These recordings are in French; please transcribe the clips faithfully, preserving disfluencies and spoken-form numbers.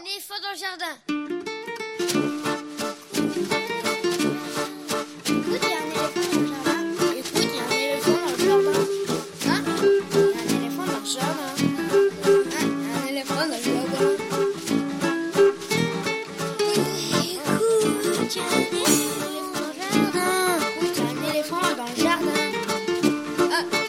éléphant dans le jardin. Écoute, il y a un éléphant dans le jardin. Écoute, il y a un éléphant dans le jardin. Hein? Il y a un éléphant dans le jardin. Hein? Il y a un éléphant dans le jardin. Écoute, il y a un éléphant dans le jardin. Ah, il y a un éléphant dans le jardin.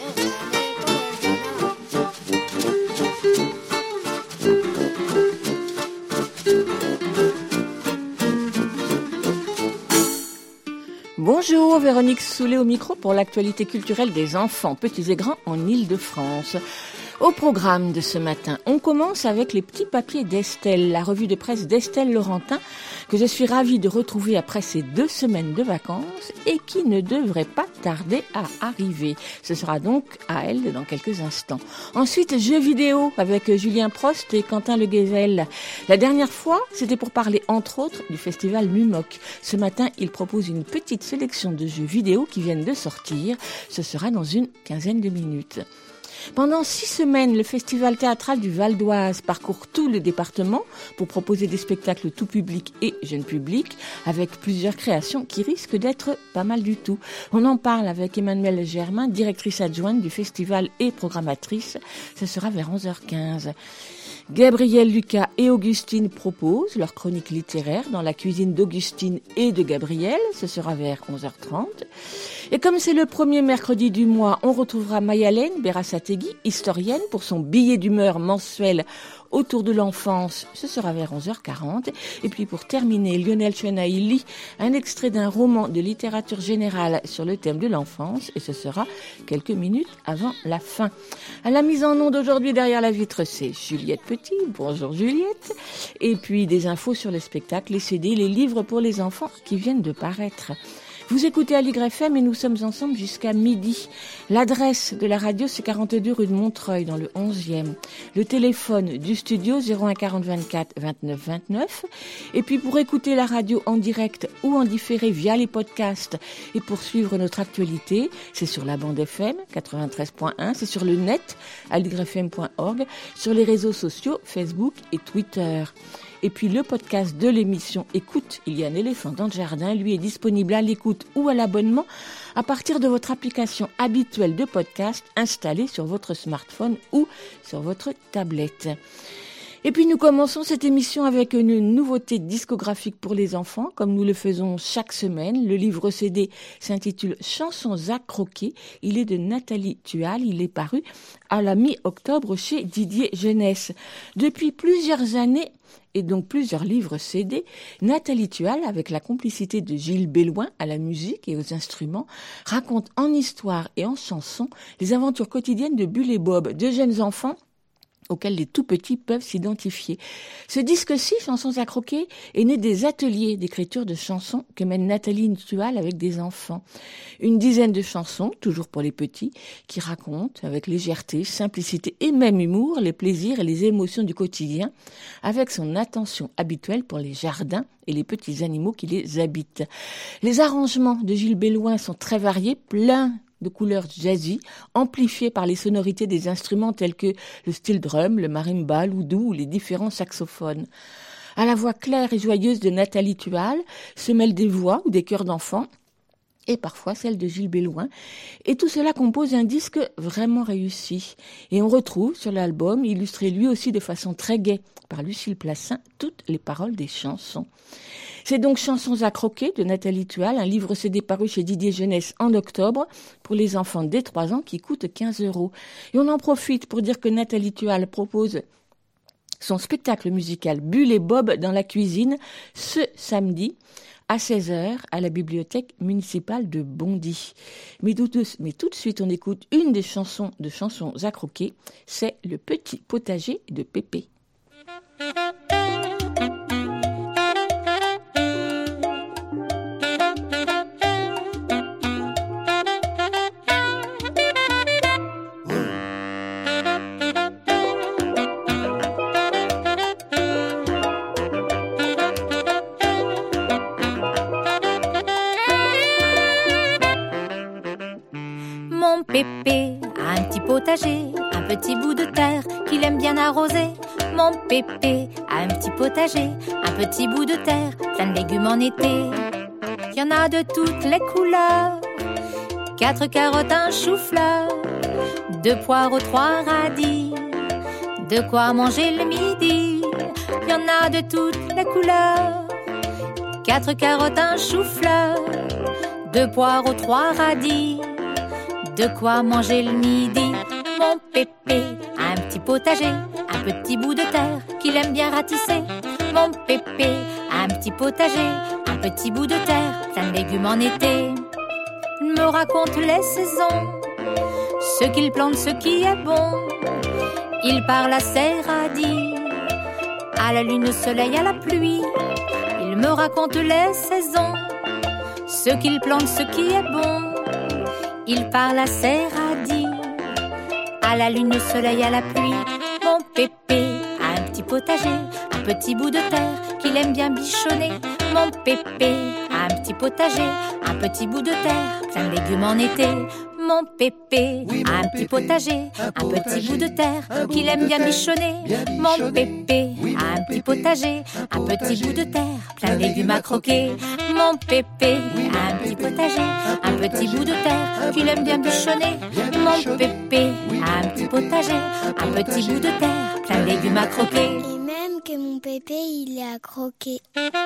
Bonjour, Véronique Soulet au micro pour l'actualité culturelle des enfants, petits et grands, en Île-de-France. Au programme de ce matin, on commence avec les petits papiers d'Estelle, la revue de presse d'Estelle Laurentin, que je suis ravie de retrouver après ces deux semaines de vacances et qui ne devrait pas tarder à arriver. Ce sera donc à elle dans quelques instants. Ensuite, jeux vidéo avec Julien Prost et Quentin Le Guézel. La dernière fois, c'était pour parler entre autres du festival Mumoc. Ce matin, il propose une petite sélection de jeux vidéo qui viennent de sortir. Ce sera dans une quinzaine de minutes. Pendant six semaines, le Festival théâtral du Val d'Oise parcourt tout le département pour proposer des spectacles tout public et jeune public avec plusieurs créations qui risquent d'être pas mal du tout. On en parle avec Emmanuelle Germain, directrice adjointe du festival et programmatrice. Ce sera vers onze heures quinze. Gabriel Lucas et Augustine proposent leur chronique littéraire dans la cuisine d'Augustine et de Gabriel. Ce sera vers onze heures trente. Et comme c'est le premier mercredi du mois, on retrouvera Mayalène Berasategui, historienne, pour son billet d'humeur mensuel autour de l'enfance. Ce sera vers onze heures quarante. Et puis pour terminer, Lionel Chenaille lit un extrait d'un roman de littérature générale sur le thème de l'enfance. Et ce sera quelques minutes avant la fin. À la mise en onde aujourd'hui derrière la vitre, c'est Juliette Petit. Bonjour Juliette. Et puis des infos sur les spectacles, les C D, les livres pour les enfants qui viennent de paraître. Vous écoutez Aligre F M et nous sommes ensemble jusqu'à midi. L'adresse de la radio, c'est quarante-deux rue de Montreuil, dans le onzième. Le téléphone du studio, zéro un quarante vingt-quatre vingt-neuf vingt-neuf. Et puis pour écouter la radio en direct ou en différé via les podcasts et pour suivre notre actualité, c'est sur la bande F M quatre-vingt-treize point un, c'est sur le net, aligre f m point org, sur les réseaux sociaux, Facebook et Twitter. Et puis le podcast de l'émission Écoute, il y a un éléphant dans le jardin, lui est disponible à l'écoute ou à l'abonnement à partir de votre application habituelle de podcast installée sur votre smartphone ou sur votre tablette. Et puis nous commençons cette émission avec une nouveauté discographique pour les enfants, comme nous le faisons chaque semaine. Le livre C D s'intitule Chansons à croquer. Il est de Nathalie Tual. Il est paru à la mi-octobre chez Didier Jeunesse. Depuis plusieurs années, et donc plusieurs livres C D, Nathalie Tual, avec la complicité de Gilles Bellouin à la musique et aux instruments, raconte en histoire et en chansons les aventures quotidiennes de Bull et Bob, deux jeunes enfants auxquels les tout-petits peuvent s'identifier. Ce disque-ci, Chansons à croquer, est né des ateliers d'écriture de chansons que mène Nathalie Tual avec des enfants. Une dizaine de chansons, toujours pour les petits, qui racontent avec légèreté, simplicité et même humour les plaisirs et les émotions du quotidien, avec son attention habituelle pour les jardins et les petits animaux qui les habitent. Les arrangements de Gilles Bellouin sont très variés, pleins de couleurs jazzy, amplifiées par les sonorités des instruments tels que le steel drum, le marimba, l'oudou ou les différents saxophones. À la voix claire et joyeuse de Nathalie Tual se mêlent des voix ou des chœurs d'enfants, et parfois celle de Gilles Bellouin. Et tout cela compose un disque vraiment réussi. Et on retrouve sur l'album, illustré lui aussi de façon très gaie par Lucille Plassin, toutes les paroles des chansons. C'est donc Chansons à croquer de Nathalie Tual, un livre C D paru chez Didier Jeunesse en octobre pour les enfants dès trois ans qui coûte quinze euros. Et on en profite pour dire que Nathalie Tual propose son spectacle musical Bull et Bob dans la cuisine ce samedi à seize heures à la bibliothèque municipale de Bondy. Mais tout, de, mais tout de suite, on écoute une des chansons de Chansons à croquer, c'est Le petit potager de Pépé. Pépé a un petit potager, un petit bout de terre qu'il aime bien arroser. Mon Pépé a a un petit potager, un petit bout de terre, plein de légumes en été. Il y en a de toutes les couleurs, quatre carottes, un chou-fleur, deux poireaux, trois radis, de quoi manger le midi. Il y en a de toutes les couleurs, quatre carottes, un chou-fleur, deux poireaux, trois radis, de quoi manger le midi. Mon pépé a un petit potager, un petit bout de terre qu'il aime bien ratisser. Mon pépé a un petit potager, un petit bout de terre, plein de légumes en été. Il me raconte les saisons, ce qu'il plante, ce qui est bon. Il parle à ses radis, à la lune, au soleil, à la pluie. Il me raconte les saisons, ce qu'il plante, ce qui est bon. Il parle à ses radis, à la lune, au soleil, à la pluie. Mon pépé a un petit potager, un petit bout de terre qu'il aime bien bichonner. Mon pépé a un petit potager, un petit bout de terre, plein de légumes en été. Mon pépé oui, a un mon petit pépé, potager, un un potager, petit bout de terre un bout qu'il aime de bien terre, bichonner. bien Mon bichonné. pépé Oui, a un mon petit pépé, potager, un un petit potager, bout de terre, plein de légumes à croquer. Mon pépé Oui, a un mon petit pépé, potager, un un petit bout de terre un qu'il bout aime bien de terre, bichonner. bien Mon bichonné. pépé Oui, a un mon petit pépé, potager, un un petit potager, bout de terre, plein de légumes à croquer. Et même que mon pépé, il est à croquer.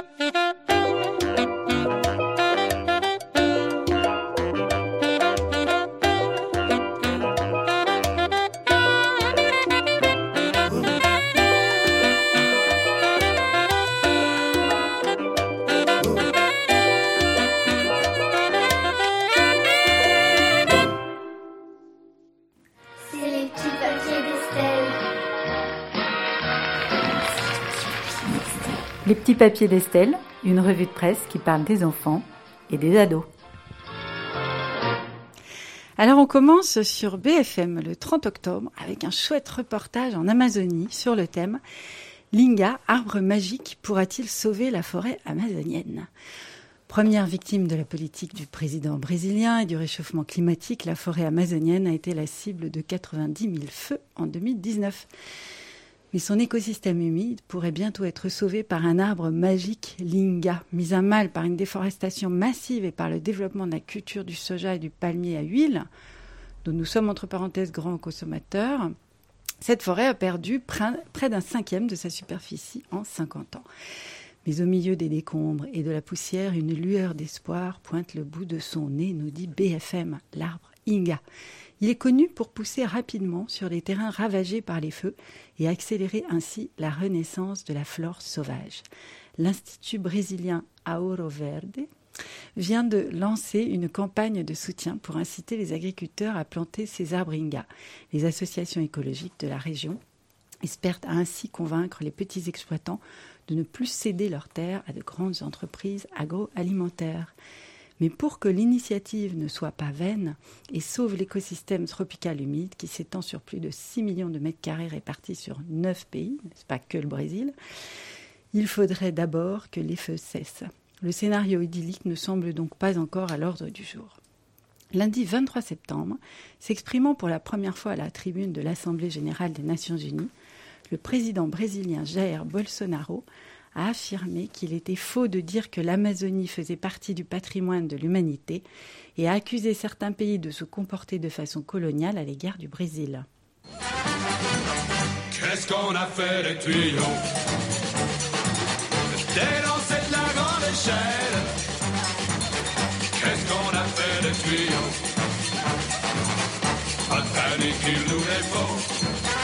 C'est les petits papiers d'Estelle. Les petits papiers d'Estelle, une revue de presse qui parle des enfants et des ados. Alors on commence sur B F M le trente octobre avec un chouette reportage en Amazonie sur le thème « Linga, arbre magique, pourra-t-il sauver la forêt amazonienne ?» Première victime de la politique du président brésilien et du réchauffement climatique, la forêt amazonienne a été la cible de quatre-vingt-dix mille feux en deux mille dix-neuf. Mais son écosystème humide pourrait bientôt être sauvé par un arbre magique, Linga, mis à mal par une déforestation massive et par le développement de la culture du soja et du palmier à huile, dont nous sommes entre parenthèses grands consommateurs. Cette forêt a perdu près d'un cinquième de sa superficie en cinquante ans. Mais au milieu des décombres et de la poussière, une lueur d'espoir pointe le bout de son nez, nous dit B F M, l'arbre Inga. Il est connu pour pousser rapidement sur les terrains ravagés par les feux et accélérer ainsi la renaissance de la flore sauvage. L'Institut brésilien Auro Verde vient de lancer une campagne de soutien pour inciter les agriculteurs à planter ces arbres Inga. Les associations écologiques de la région espèrent ainsi convaincre les petits exploitants de ne plus céder leurs terres à de grandes entreprises agroalimentaires. Mais pour que l'initiative ne soit pas vaine et sauve l'écosystème tropical humide qui s'étend sur plus de six millions de mètres carrés répartis sur neuf pays, c'est pas que le Brésil, il faudrait d'abord que les feux cessent. Le scénario idyllique ne semble donc pas encore à l'ordre du jour. Lundi vingt-trois septembre, s'exprimant pour la première fois à la tribune de l'Assemblée générale des Nations unies, le président brésilien Jair Bolsonaro a affirmé qu'il était faux de dire que l'Amazonie faisait partie du patrimoine de l'humanité et a accusé certains pays de se comporter de façon coloniale à l'égard du Brésil. Qu'est-ce qu'on a fait des tuyaux? Dénoncer de la grande échelle. Qu'est-ce qu'on a fait des tuyaux? Pas dit qu'il nous les faut.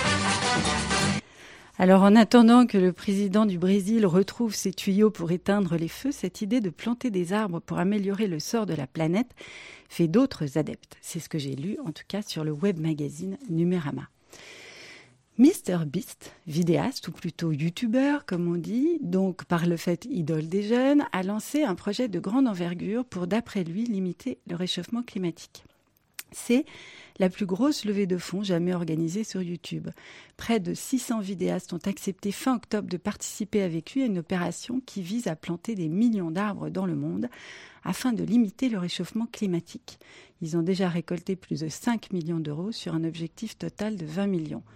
Alors en attendant que le président du Brésil retrouve ses tuyaux pour éteindre les feux, cette idée de planter des arbres pour améliorer le sort de la planète fait d'autres adeptes. C'est ce que j'ai lu en tout cas sur le web magazine Numérama. mister Beast, vidéaste ou plutôt youtubeur comme on dit, donc par le fait idole des jeunes, a lancé un projet de grande envergure pour d'après lui limiter le réchauffement climatique. C'est la plus grosse levée de fonds jamais organisée sur YouTube. Près de six cents vidéastes ont accepté fin octobre de participer avec lui à une opération qui vise à planter des millions d'arbres dans le monde afin de limiter le réchauffement climatique. Ils ont déjà récolté plus de cinq millions d'euros sur un objectif total de vingt millions.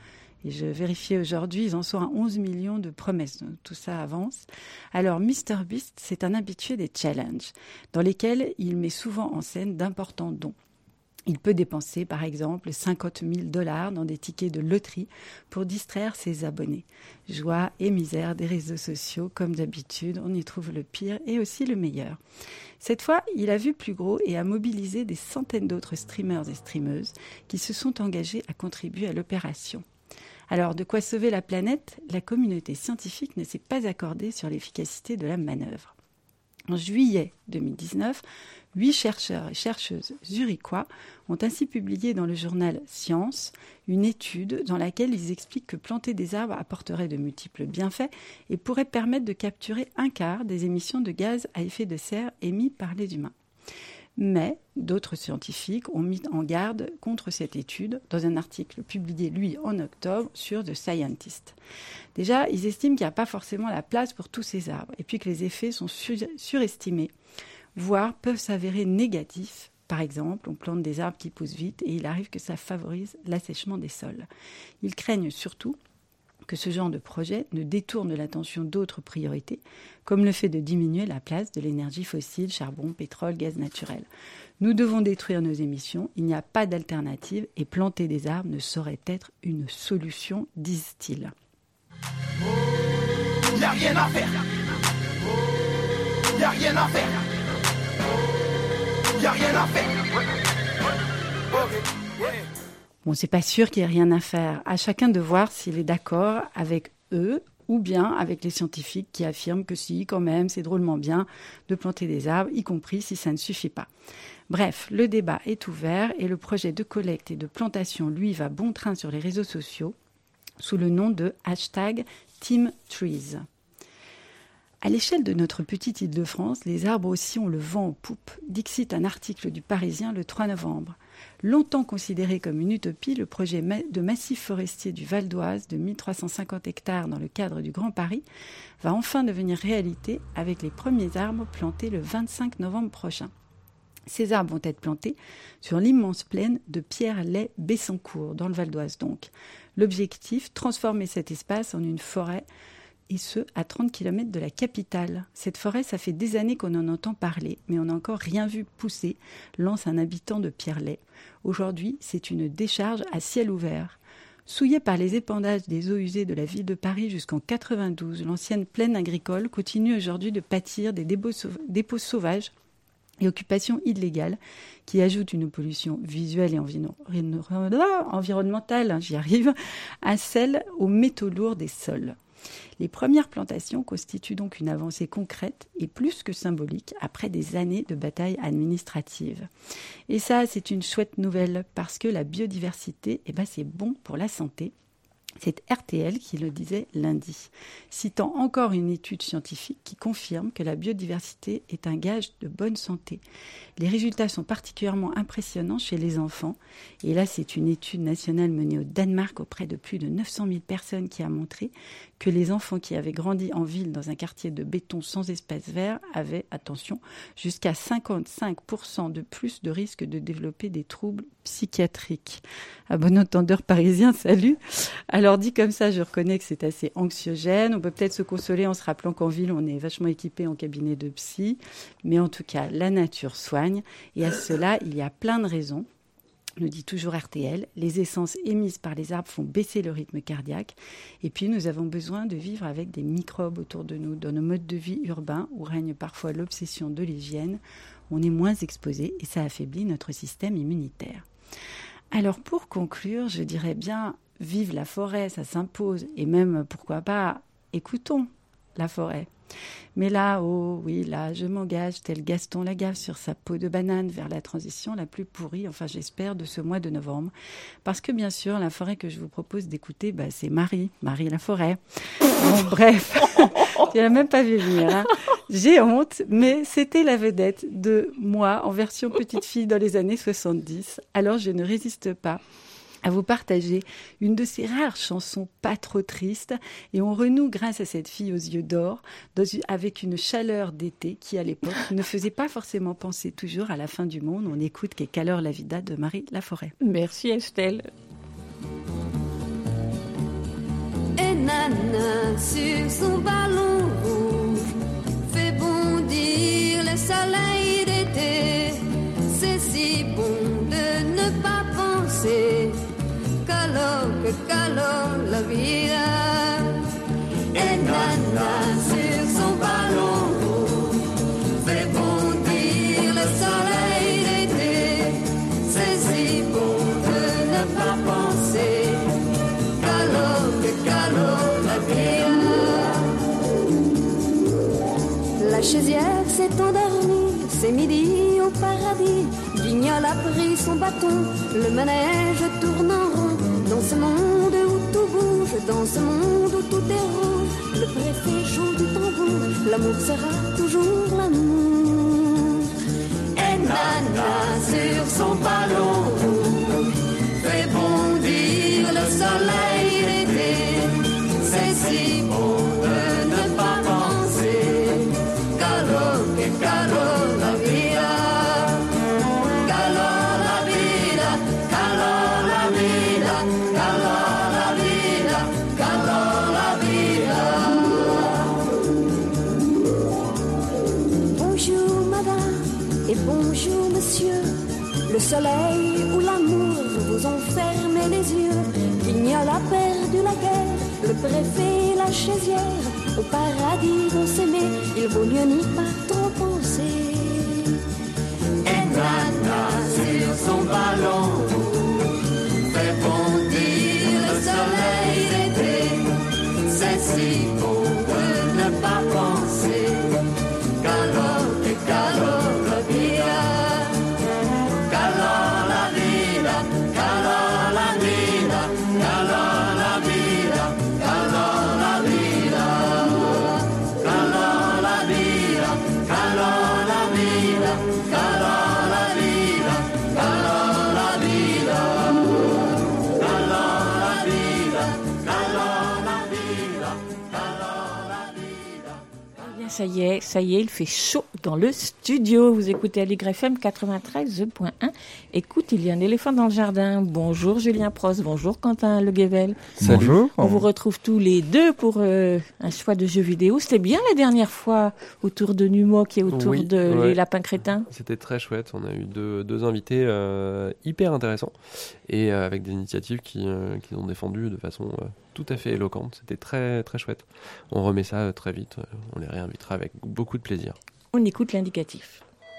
Et je vérifiais aujourd'hui, ils en sont à onze millions de promesses. Donc, tout ça avance. Alors, MrBeast, c'est un habitué des challenges, dans lesquels il met souvent en scène d'importants dons. Il peut dépenser, par exemple, cinquante mille dollars dans des tickets de loterie pour distraire ses abonnés. Joie et misère des réseaux sociaux, comme d'habitude, on y trouve le pire et aussi le meilleur. Cette fois, il a vu plus gros et a mobilisé des centaines d'autres streamers et streameuses qui se sont engagés à contribuer à l'opération. Alors, de quoi sauver la planète ? La communauté scientifique ne s'est pas accordée sur l'efficacité de la manœuvre. En juillet deux mille dix-neuf, huit chercheurs et chercheuses zurichois ont ainsi publié dans le journal Science une étude dans laquelle ils expliquent que planter des arbres apporterait de multiples bienfaits et pourrait permettre de capturer un quart des émissions de gaz à effet de serre émis par les humains. Mais d'autres scientifiques ont mis en garde contre cette étude dans un article publié, lui, en octobre sur The Scientist. Déjà, ils estiment qu'il n'y a pas forcément la place pour tous ces arbres et puis que les effets sont sur- surestimés, voire peuvent s'avérer négatifs. Par exemple, on plante des arbres qui poussent vite et il arrive que ça favorise l'assèchement des sols. Ils craignent surtout que ce genre de projet ne détourne l'attention d'autres priorités, comme le fait de diminuer la place de l'énergie fossile, charbon, pétrole, gaz naturel. Nous devons détruire nos émissions, il n'y a pas d'alternative et planter des arbres ne saurait être une solution, disent-ils. Il n'y a rien à faire. Il n'y a rien à faire. Il n'y a rien à faire. Bon, c'est pas sûr qu'il n'y ait rien à faire. À chacun de voir s'il est d'accord avec eux ou bien avec les scientifiques qui affirment que si, quand même, c'est drôlement bien de planter des arbres, y compris si ça ne suffit pas. Bref, le débat est ouvert et le projet de collecte et de plantation, lui, va bon train sur les réseaux sociaux sous le nom de hashtag Team Trees. À l'échelle de notre petite Île-de-France, les arbres aussi ont le vent aux poupes, dixit un article du Parisien le trois novembre. Longtemps considéré comme une utopie, le projet de massif forestier du Val d'Oise de mille trois cent cinquante hectares dans le cadre du Grand Paris va enfin devenir réalité avec les premiers arbres plantés le vingt-cinq novembre prochain. Ces arbres vont être plantés sur l'immense plaine de Pierre-Lay-Bessancourt, dans le Val d'Oise donc. L'objectif, transformer cet espace en une forêt, et ce, à trente kilomètres de la capitale. Cette forêt, ça fait des années qu'on en entend parler, mais on n'a encore rien vu pousser, lance un habitant de Pierre-Lay. Aujourd'hui, c'est une décharge à ciel ouvert. Souillée par les épandages des eaux usées de la ville de Paris jusqu'en quatre-vingt-douze, l'ancienne plaine agricole continue aujourd'hui de pâtir des dépôts sauvages et occupations illégales qui ajoutent une pollution visuelle et enviro- environnementale, j'y arrive, à celle aux métaux lourds des sols. Les premières plantations constituent donc une avancée concrète et plus que symbolique après des années de bataille administrative. Et ça, c'est une chouette nouvelle parce que la biodiversité, eh ben, c'est bon pour la santé. C'est R T L qui le disait lundi, citant encore une étude scientifique qui confirme que la biodiversité est un gage de bonne santé. Les résultats sont particulièrement impressionnants chez les enfants. Et là, c'est une étude nationale menée au Danemark auprès de plus de neuf cent mille personnes qui a montré que les enfants qui avaient grandi en ville dans un quartier de béton sans espace vert avaient, attention, jusqu'à cinquante-cinq pour cent de plus de risque de développer des troubles psychiatriques. À bon entendeur parisien, salut. Alors dit comme ça, je reconnais que c'est assez anxiogène. On peut peut-être se consoler en se rappelant qu'en ville, on est vachement équipé en cabinet de psy. Mais en tout cas, la nature soigne. Et à cela, il y a plein de raisons. Nous dit toujours R T L, les essences émises par les arbres font baisser le rythme cardiaque. Et puis, nous avons besoin de vivre avec des microbes autour de nous. Dans nos modes de vie urbains, où règne parfois l'obsession de l'hygiène, on est moins exposé et ça affaiblit notre système immunitaire. Alors, pour conclure, je dirais bien, vive la forêt, ça s'impose. Et même, pourquoi pas, écoutons la forêt. Mais là, oh oui, là, je m'engage, tel Gaston Lagaffe sur sa peau de banane vers la transition la plus pourrie, enfin j'espère, de ce mois de novembre. Parce que bien sûr, la forêt que je vous propose d'écouter, bah, c'est Marie, Marie la forêt. Bon, bref, tu l'as même pas vu venir. Hein. J'ai honte, mais c'était la vedette de moi en version petite fille dans les années soixante-dix. Alors je ne résiste pas à vous partager une de ces rares chansons pas trop tristes. Et on renoue grâce à cette fille aux yeux d'or, dans une, avec une chaleur d'été qui, à l'époque, ne faisait pas forcément penser toujours à la fin du monde. On écoute Che calor la vida de Marie Laforêt. Merci Estelle. nana sur son ballon rouge fait bondir le soleil d'été. C'est si bon de ne pas penser qu'à l'eau, que qu'à l'eau la vida. Et nana sur son ballon rouge fait bondir le soleil d'été. C'est si bon de ne pas penser qu'à l'eau, que qu'à l'eau la vida. La chaudière s'est endormie, c'est midi au paradis. Guignol a pris son bâton, le manège tourne en rond. Dans ce monde où tout bouge, dans ce monde où tout est rouge, le préfet joue du tambour, l'amour sera toujours l'amour. Et nana sur son ballon rouge fait bondir le soleil d'été. C'est si bon de ne pas penser qu'à l'eau, que qu'à l'eau la vida. Bonjour monsieur, le soleil ou l'amour vous ont fermé les yeux. Guignol a perdu la guerre, le préfet et la chaisière. Au paradis vont s'aimer, il vaut mieux n'y pas trop penser. Et nana sur son ballon fait bondir le soleil d'été. C'est si bon de ne pas penser qu'à l'eau et qu'à l'eau. Ça y est, ça y est, il fait chaud dans le studio. Vous écoutez Aligre F M quatre-vingt-treize point un. Écoute, il y a un éléphant dans le jardin. Bonjour Julien Prost, bonjour Quentin Le Guével. Bonjour. On vous retrouve tous les deux pour euh, un choix de jeux vidéo. C'était bien la dernière fois autour de Numoc et autour oui, de ouais. Les Lapins Crétins. C'était très chouette. On a eu deux, deux invités euh, hyper intéressants et euh, avec des initiatives qui, euh, qui ont défendu de façon euh, tout à fait éloquente. C'était très très chouette. On remet ça euh, très vite. On les réinvitera avec beaucoup de plaisir. On écoute l'indicatif.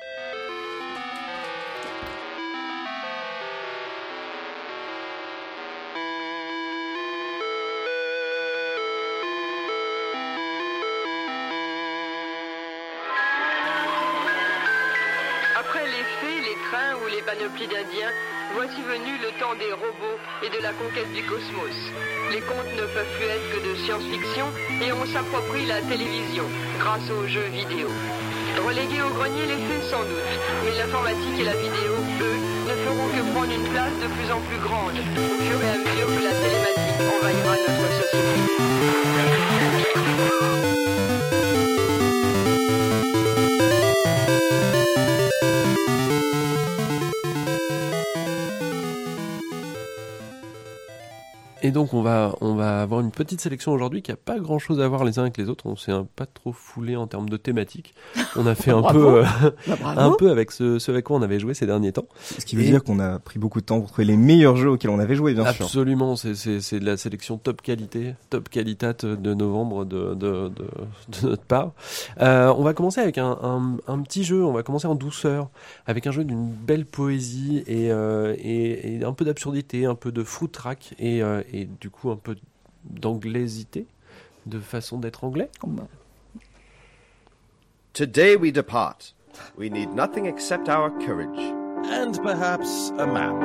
Après les fées, les trains ou les panoplies d'Indiens, voici venu le temps des robots et de la conquête du cosmos. Les contes ne peuvent plus être que de science-fiction et on s'approprie la télévision grâce aux jeux vidéo. Relégués au grenier les faits sans doute, mais l'informatique et la vidéo, eux, ne feront que prendre une place de plus en plus grande au fur et à mesure que la télématique envahira notre société. Et donc on va on va avoir une petite sélection aujourd'hui qui a pas grand chose à voir les uns avec les autres. On s'est un, pas trop foulé en termes de thématique. On a fait un peu euh, bah, un peu avec ce, ce avec quoi on avait joué ces derniers temps. Ce qui veut et dire qu'on a pris beaucoup de temps pour trouver les meilleurs jeux auxquels on avait joué, bien absolument, sûr. Absolument, c'est c'est c'est de la sélection top qualité, top qualitat de novembre de de de, de notre part. Euh, on va commencer avec un, un un petit jeu. On va commencer en douceur avec un jeu d'une belle poésie et euh, et, et un peu d'absurdité, un peu de fruit track et euh, et du coup un peu d'anglaisité, de façon d'être anglais. Today we depart. We need nothing except our courage. And perhaps a map.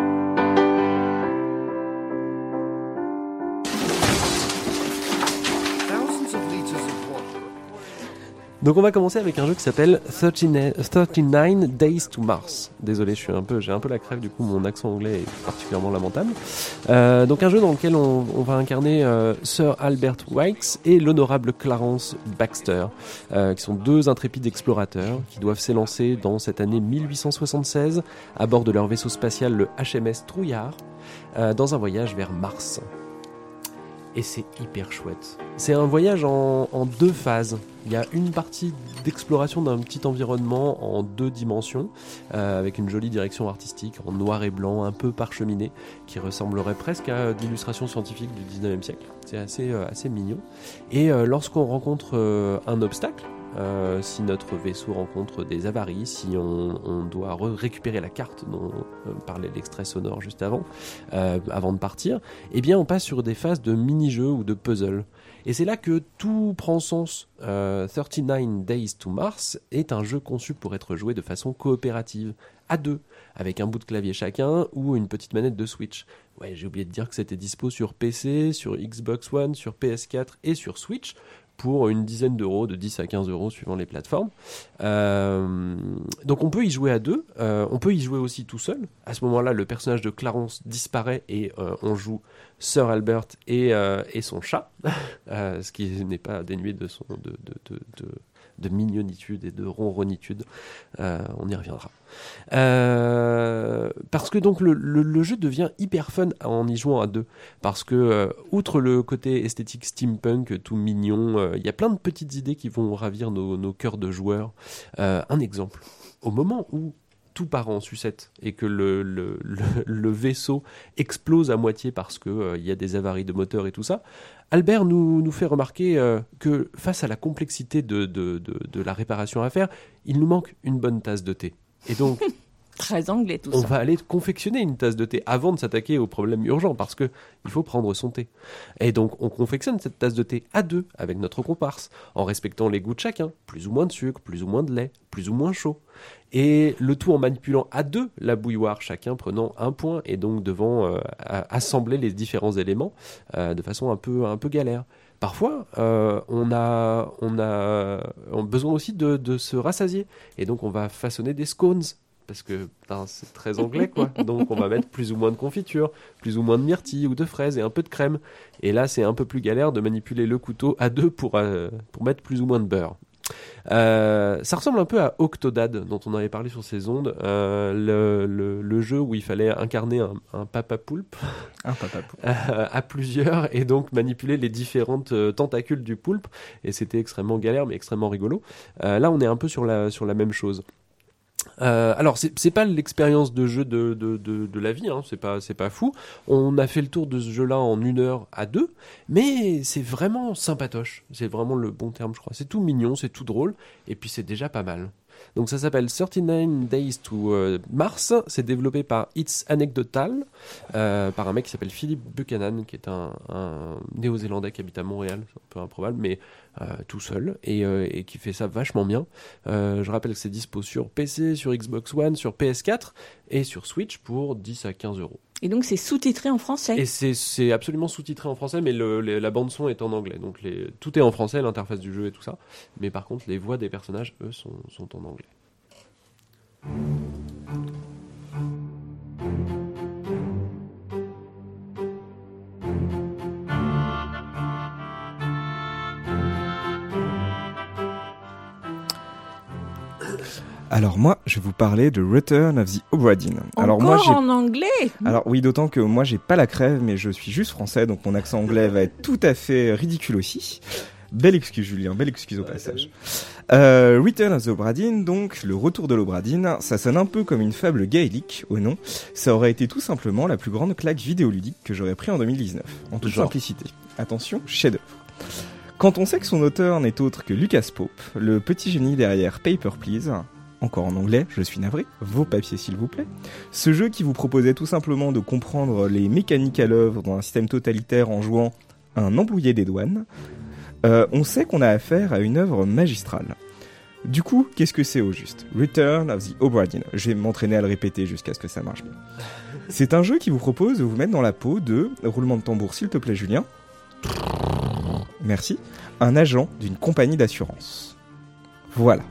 Thousands of liters of water. Donc on va commencer avec un jeu qui s'appelle thirty-nine Days to Mars. Désolé, je suis un peu, j'ai un peu la crève, du coup mon accent anglais est particulièrement lamentable. Euh, donc un jeu dans lequel on, on va incarner euh, Sir Albert Wilkes et l'honorable Clarence Baxter, euh, qui sont deux intrépides explorateurs qui doivent s'élancer dans cette année mille huit cent soixante-seize à bord de leur vaisseau spatial le H M S Trouillard, euh, dans un voyage vers Mars. Et c'est hyper chouette. C'est un voyage en, en deux phases. Il y a une partie d'exploration d'un petit environnement en deux dimensions, euh, avec une jolie direction artistique en noir et blanc, un peu parcheminé, qui ressemblerait presque à de l'illustration scientifique du dix-neuvième siècle. C'est assez, euh, assez mignon. Et euh, lorsqu'on rencontre euh, un obstacle, Euh, si notre vaisseau rencontre des avaries, si on, on doit re- récupérer la carte dont euh, parlait l'extrait sonore juste avant, euh, avant de partir, eh bien on passe sur des phases de mini-jeux ou de puzzles. Et c'est là que tout prend sens. Euh, thirty-nine Days to Mars est un jeu conçu pour être joué de façon coopérative, à deux, avec un bout de clavier chacun ou une petite manette de Switch. Ouais, j'ai oublié de dire que c'était dispo sur P C, sur Xbox One, sur P S quatre et sur Switch, pour une dizaine d'euros, de dix à quinze euros suivant les plateformes. Euh, donc on peut y jouer à deux, euh, on peut y jouer aussi tout seul. À ce moment-là, le personnage de Clarence disparaît et euh, on joue Sir Albert et, euh, et son chat, euh, ce qui n'est pas dénué de, son, de, de, de, de, de mignonitude et de ronronitude. Euh, on y reviendra. Euh, parce que donc le, le, le jeu devient hyper fun en y jouant à deux, parce que euh, outre le côté esthétique steampunk tout mignon, il euh, y a plein de petites idées qui vont ravir nos, nos cœurs de joueurs. Euh, un exemple, au moment où tout part en sucette et que le, le, le, le vaisseau explose à moitié parce qu'il euh, y a des avaries de moteur et tout ça, Albert nous, nous fait remarquer euh, que face à la complexité de, de, de, de la réparation à faire, il nous manque une bonne tasse de thé. Et donc, très anglais tout on ça. va aller confectionner une tasse de thé avant de s'attaquer aux problèmes urgents, parce que il faut prendre son thé. Et donc, on confectionne cette tasse de thé à deux avec notre comparse, en respectant les goûts de chacun, plus ou moins de sucre, plus ou moins de lait, plus ou moins chaud. Et le tout en manipulant à deux la bouilloire, chacun prenant un point et donc devant euh, assembler les différents éléments euh, de façon un peu, un peu galère. Parfois, euh, on, a, on, a, on a besoin aussi de, de se rassasier. Et donc, on va façonner des scones. Parce que putain, c'est très anglais, quoi. Donc, on va mettre plus ou moins de confiture, plus ou moins de myrtille ou de fraises et un peu de crème. Et là, c'est un peu plus galère de manipuler le couteau à deux pour, euh, pour mettre plus ou moins de beurre. Euh, ça ressemble un peu à Octodad dont on avait parlé sur ces ondes, euh, le, le, le jeu où il fallait incarner un, un papa poulpe, un papa poulpe. euh, à plusieurs et donc manipuler les différentes euh, tentacules du poulpe, et c'était extrêmement galère mais extrêmement rigolo. Euh, là on est un peu sur la, sur la même chose. Euh, alors c'est, c'est pas l'expérience de jeu de, de, de, de la vie, hein, c'est pas, c'est pas fou. On a fait le tour de ce jeu là en une heure à deux, mais c'est vraiment sympatoche, c'est vraiment le bon terme je crois. C'est tout mignon, c'est tout drôle, et puis c'est déjà pas mal. Donc ça s'appelle thirty-nine Days to euh, Mars, c'est développé par It's Anecdotal, euh, par un mec qui s'appelle Philip Buchanan, qui est un, un néo-zélandais qui habite à Montréal, c'est un peu improbable, mais euh, tout seul, et, euh, et qui fait ça vachement bien. Euh, je rappelle que c'est dispo sur P C, sur Xbox One, sur P S quatre, et sur Switch pour dix à quinze euros. Et donc c'est sous-titré en français. Et c'est, c'est absolument sous-titré en français, mais le, les, la bande-son est en anglais. Donc les, tout est en français, l'interface du jeu et tout ça. Mais par contre, les voix des personnages, eux, sont, sont en anglais. Alors moi, je vais vous parler de Return of the Obra Dinn. Alors Encore moi, j'ai... en anglais. Alors oui, d'autant que moi, j'ai pas la crève, mais je suis juste français, donc mon accent anglais va être tout à fait ridicule aussi. Belle excuse, Julien, belle excuse au passage. Euh, Return of the Obra Dinn, donc le retour de l'Obra Dinn, ça sonne un peu comme une fable gaélique, au nom. Ça aurait été tout simplement la plus grande claque vidéoludique que j'aurais pris en deux mille dix-neuf, en toute Genre. simplicité. Attention, chef-d'œuvre. Quand on sait que son auteur n'est autre que Lucas Pope, le petit génie derrière Paper Please, encore en anglais, je suis navré, vos papiers s'il vous plaît, ce jeu qui vous proposait tout simplement de comprendre les mécaniques à l'œuvre dans un système totalitaire en jouant un embrouillé des douanes, euh, on sait qu'on a affaire à une œuvre magistrale. Du coup, qu'est-ce que c'est au juste ? Return of the Obra Dinn. Je vais m'entraîner à le répéter jusqu'à ce que ça marche bien. C'est un jeu qui vous propose de vous mettre dans la peau de, roulement de tambour s'il te plaît Julien, merci, un agent d'une compagnie d'assurance. Voilà.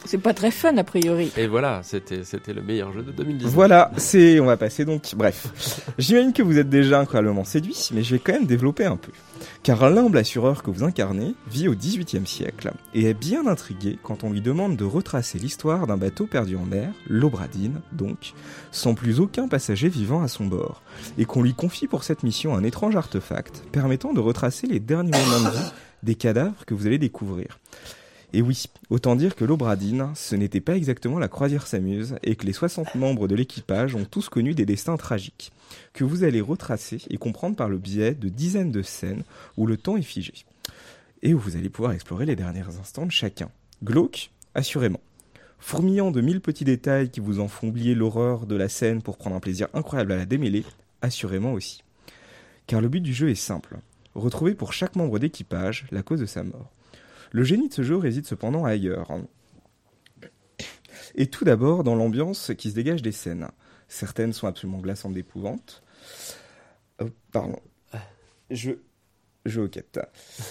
C'est pas très fun a priori. Et voilà, c'était, c'était le meilleur jeu de deux mille dix-neuf. Voilà, c'est, on va passer donc, bref. J'imagine que vous êtes déjà incroyablement séduit, mais je vais quand même développer un peu. Car l'humble assureur que vous incarnez vit au dix-huitième siècle et est bien intrigué quand on lui demande de retracer l'histoire d'un bateau perdu en mer, l'Obradine donc, sans plus aucun passager vivant à son bord, et qu'on lui confie pour cette mission un étrange artefact permettant de retracer les derniers moments de vie des cadavres que vous allez découvrir. Et oui, autant dire que l'Obradine, ce n'était pas exactement la croisière s'amuse et que les soixante membres de l'équipage ont tous connu des destins tragiques, que vous allez retracer et comprendre par le biais de dizaines de scènes où le temps est figé, et où vous allez pouvoir explorer les derniers instants de chacun. Glauque, assurément. Fourmillant de mille petits détails qui vous en font oublier l'horreur de la scène pour prendre un plaisir incroyable à la démêler, assurément aussi. Car le but du jeu est simple, retrouver pour chaque membre d'équipage la cause de sa mort. Le génie de ce jeu réside cependant ailleurs. Et tout d'abord dans l'ambiance qui se dégage des scènes. Certaines sont absolument glaçantes d'épouvante. Oh, pardon. Je... Je hoquette.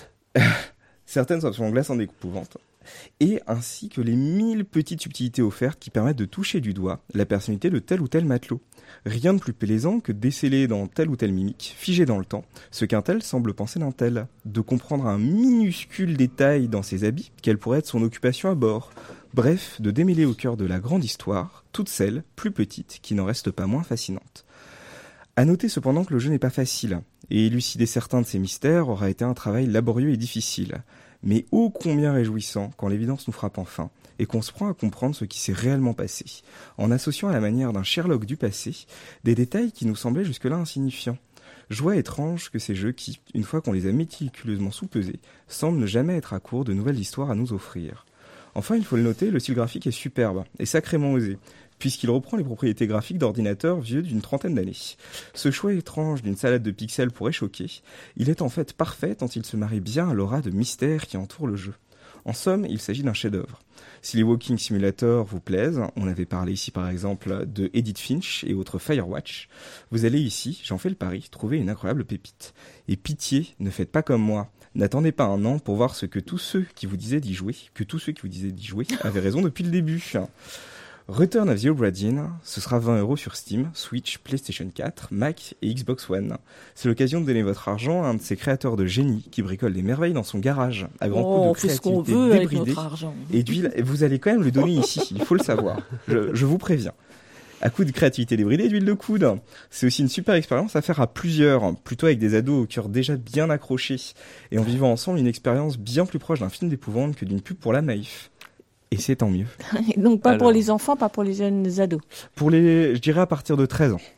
Certaines sont absolument glaçantes d'épouvante. Et ainsi que les mille petites subtilités offertes qui permettent de toucher du doigt la personnalité de tel ou tel matelot. Rien de plus plaisant que de déceler dans telle ou telle mimique, figée dans le temps, ce qu'un tel semble penser d'un tel, de comprendre un minuscule détail dans ses habits, quelle pourrait être son occupation à bord. Bref, de démêler au cœur de la grande histoire, toutes celles, plus petites, qui n'en restent pas moins fascinantes. À noter cependant que le jeu n'est pas facile, et élucider certains de ces mystères aura été un travail laborieux et difficile, mais ô combien réjouissant quand l'évidence nous frappe enfin, et qu'on se prend à comprendre ce qui s'est réellement passé, en associant à la manière d'un Sherlock du passé des détails qui nous semblaient jusque-là insignifiants. Joie étrange que ces jeux qui, une fois qu'on les a méticuleusement soupesés, semblent ne jamais être à court de nouvelles histoires à nous offrir. Enfin, il faut le noter, le style graphique est superbe, et sacrément osé, puisqu'il reprend les propriétés graphiques d'ordinateurs vieux d'une trentaine d'années. Ce choix étrange d'une salade de pixels pourrait choquer, il est en fait parfait tant il se marie bien à l'aura de mystère qui entoure le jeu. En somme, il s'agit d'un chef-d'œuvre. Si les Walking Simulator vous plaisent, on avait parlé ici par exemple de Edith Finch et autres Firewatch, vous allez ici, j'en fais le pari, trouver une incroyable pépite. Et pitié, ne faites pas comme moi. N'attendez pas un an pour voir ce que tous ceux qui vous disaient d'y jouer, que tous ceux qui vous disaient d'y jouer avaient raison depuis le début. Return of the Obradine, ce sera vingt euros sur Steam, Switch, PlayStation quatre, Mac et Xbox One. C'est l'occasion de donner votre argent à un de ces créateurs de génie qui bricole des merveilles dans son garage, à grands oh, coups de créativité débridée et d'huile. Vous allez quand même le donner ici, il faut le savoir, je, je vous préviens. À coup de créativité débridée et d'huile de coude. C'est aussi une super expérience à faire à plusieurs, plutôt avec des ados au cœur déjà bien accrochés, et en vivant ensemble une expérience bien plus proche d'un film d'épouvante que d'une pub pour la Maïf. Et c'est tant mieux. Donc pas Alors, pour les enfants, pas pour les jeunes ados. Pour les, je dirais à partir de treize ans.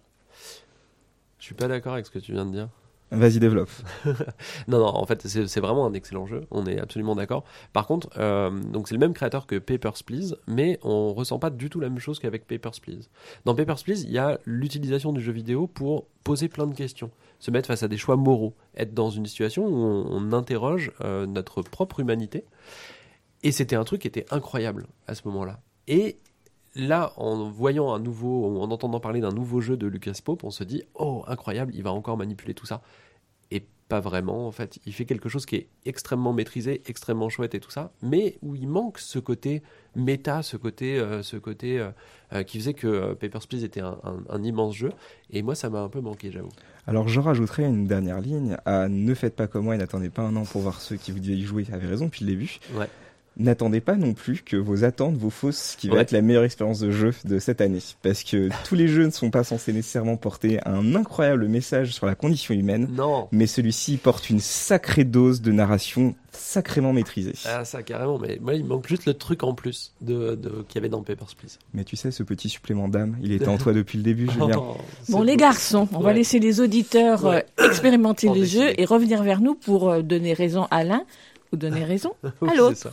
Je suis pas d'accord avec ce que tu viens de dire. Vas-y, développe. non, non, en fait, c'est, c'est vraiment un excellent jeu. On est absolument d'accord. Par contre, euh, donc c'est le même créateur que Papers, Please, mais on ressent pas du tout la même chose qu'avec Papers, Please. Dans Papers, Please, il y a l'utilisation du jeu vidéo pour poser plein de questions, se mettre face à des choix moraux, être dans une situation où on, on interroge euh, notre propre humanité. Et c'était un truc qui était incroyable à ce moment-là. Et là, en voyant un nouveau, ou en entendant parler d'un nouveau jeu de Lucas Pope, on se dit « Oh, incroyable, il va encore manipuler tout ça ». Et pas vraiment, en fait. Il fait quelque chose qui est extrêmement maîtrisé, extrêmement chouette et tout ça, mais où il manque ce côté méta, ce côté, euh, ce côté euh, qui faisait que euh, Papers, Please était un, un, un immense jeu. Et moi, ça m'a un peu manqué, j'avoue. Alors, je rajouterai une dernière ligne à « Ne faites pas comme moi et n'attendez pas un an pour voir ceux qui vous disaient y jouer ». Avaient raison depuis le début. Ouais. N'attendez pas non plus que vos attentes vous faussent ce qui va ouais. être la meilleure expérience de jeu de cette année. Parce que tous les jeux ne sont pas censés nécessairement porter un incroyable message sur la condition humaine. Non. Mais celui-ci porte une sacrée dose de narration sacrément maîtrisée. Ah, ça, carrément. Mais moi, il manque juste le truc en plus de, de, qu'il y avait dans Papers, Please. Mais tu sais, ce petit supplément d'âme, il était en toi depuis le début, Julien. Oh, bon, les beau. garçons, on ouais. va laisser les auditeurs ouais. euh, expérimenter le jeu et revenir vers nous pour euh, donner raison à l'un ou donner raison oui, à l'autre. C'est ça.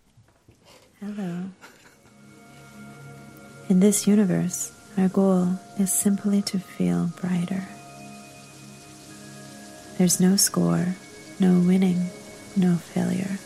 Hello. In this universe, our goal is simply to feel brighter. There's no score, no winning, no failure.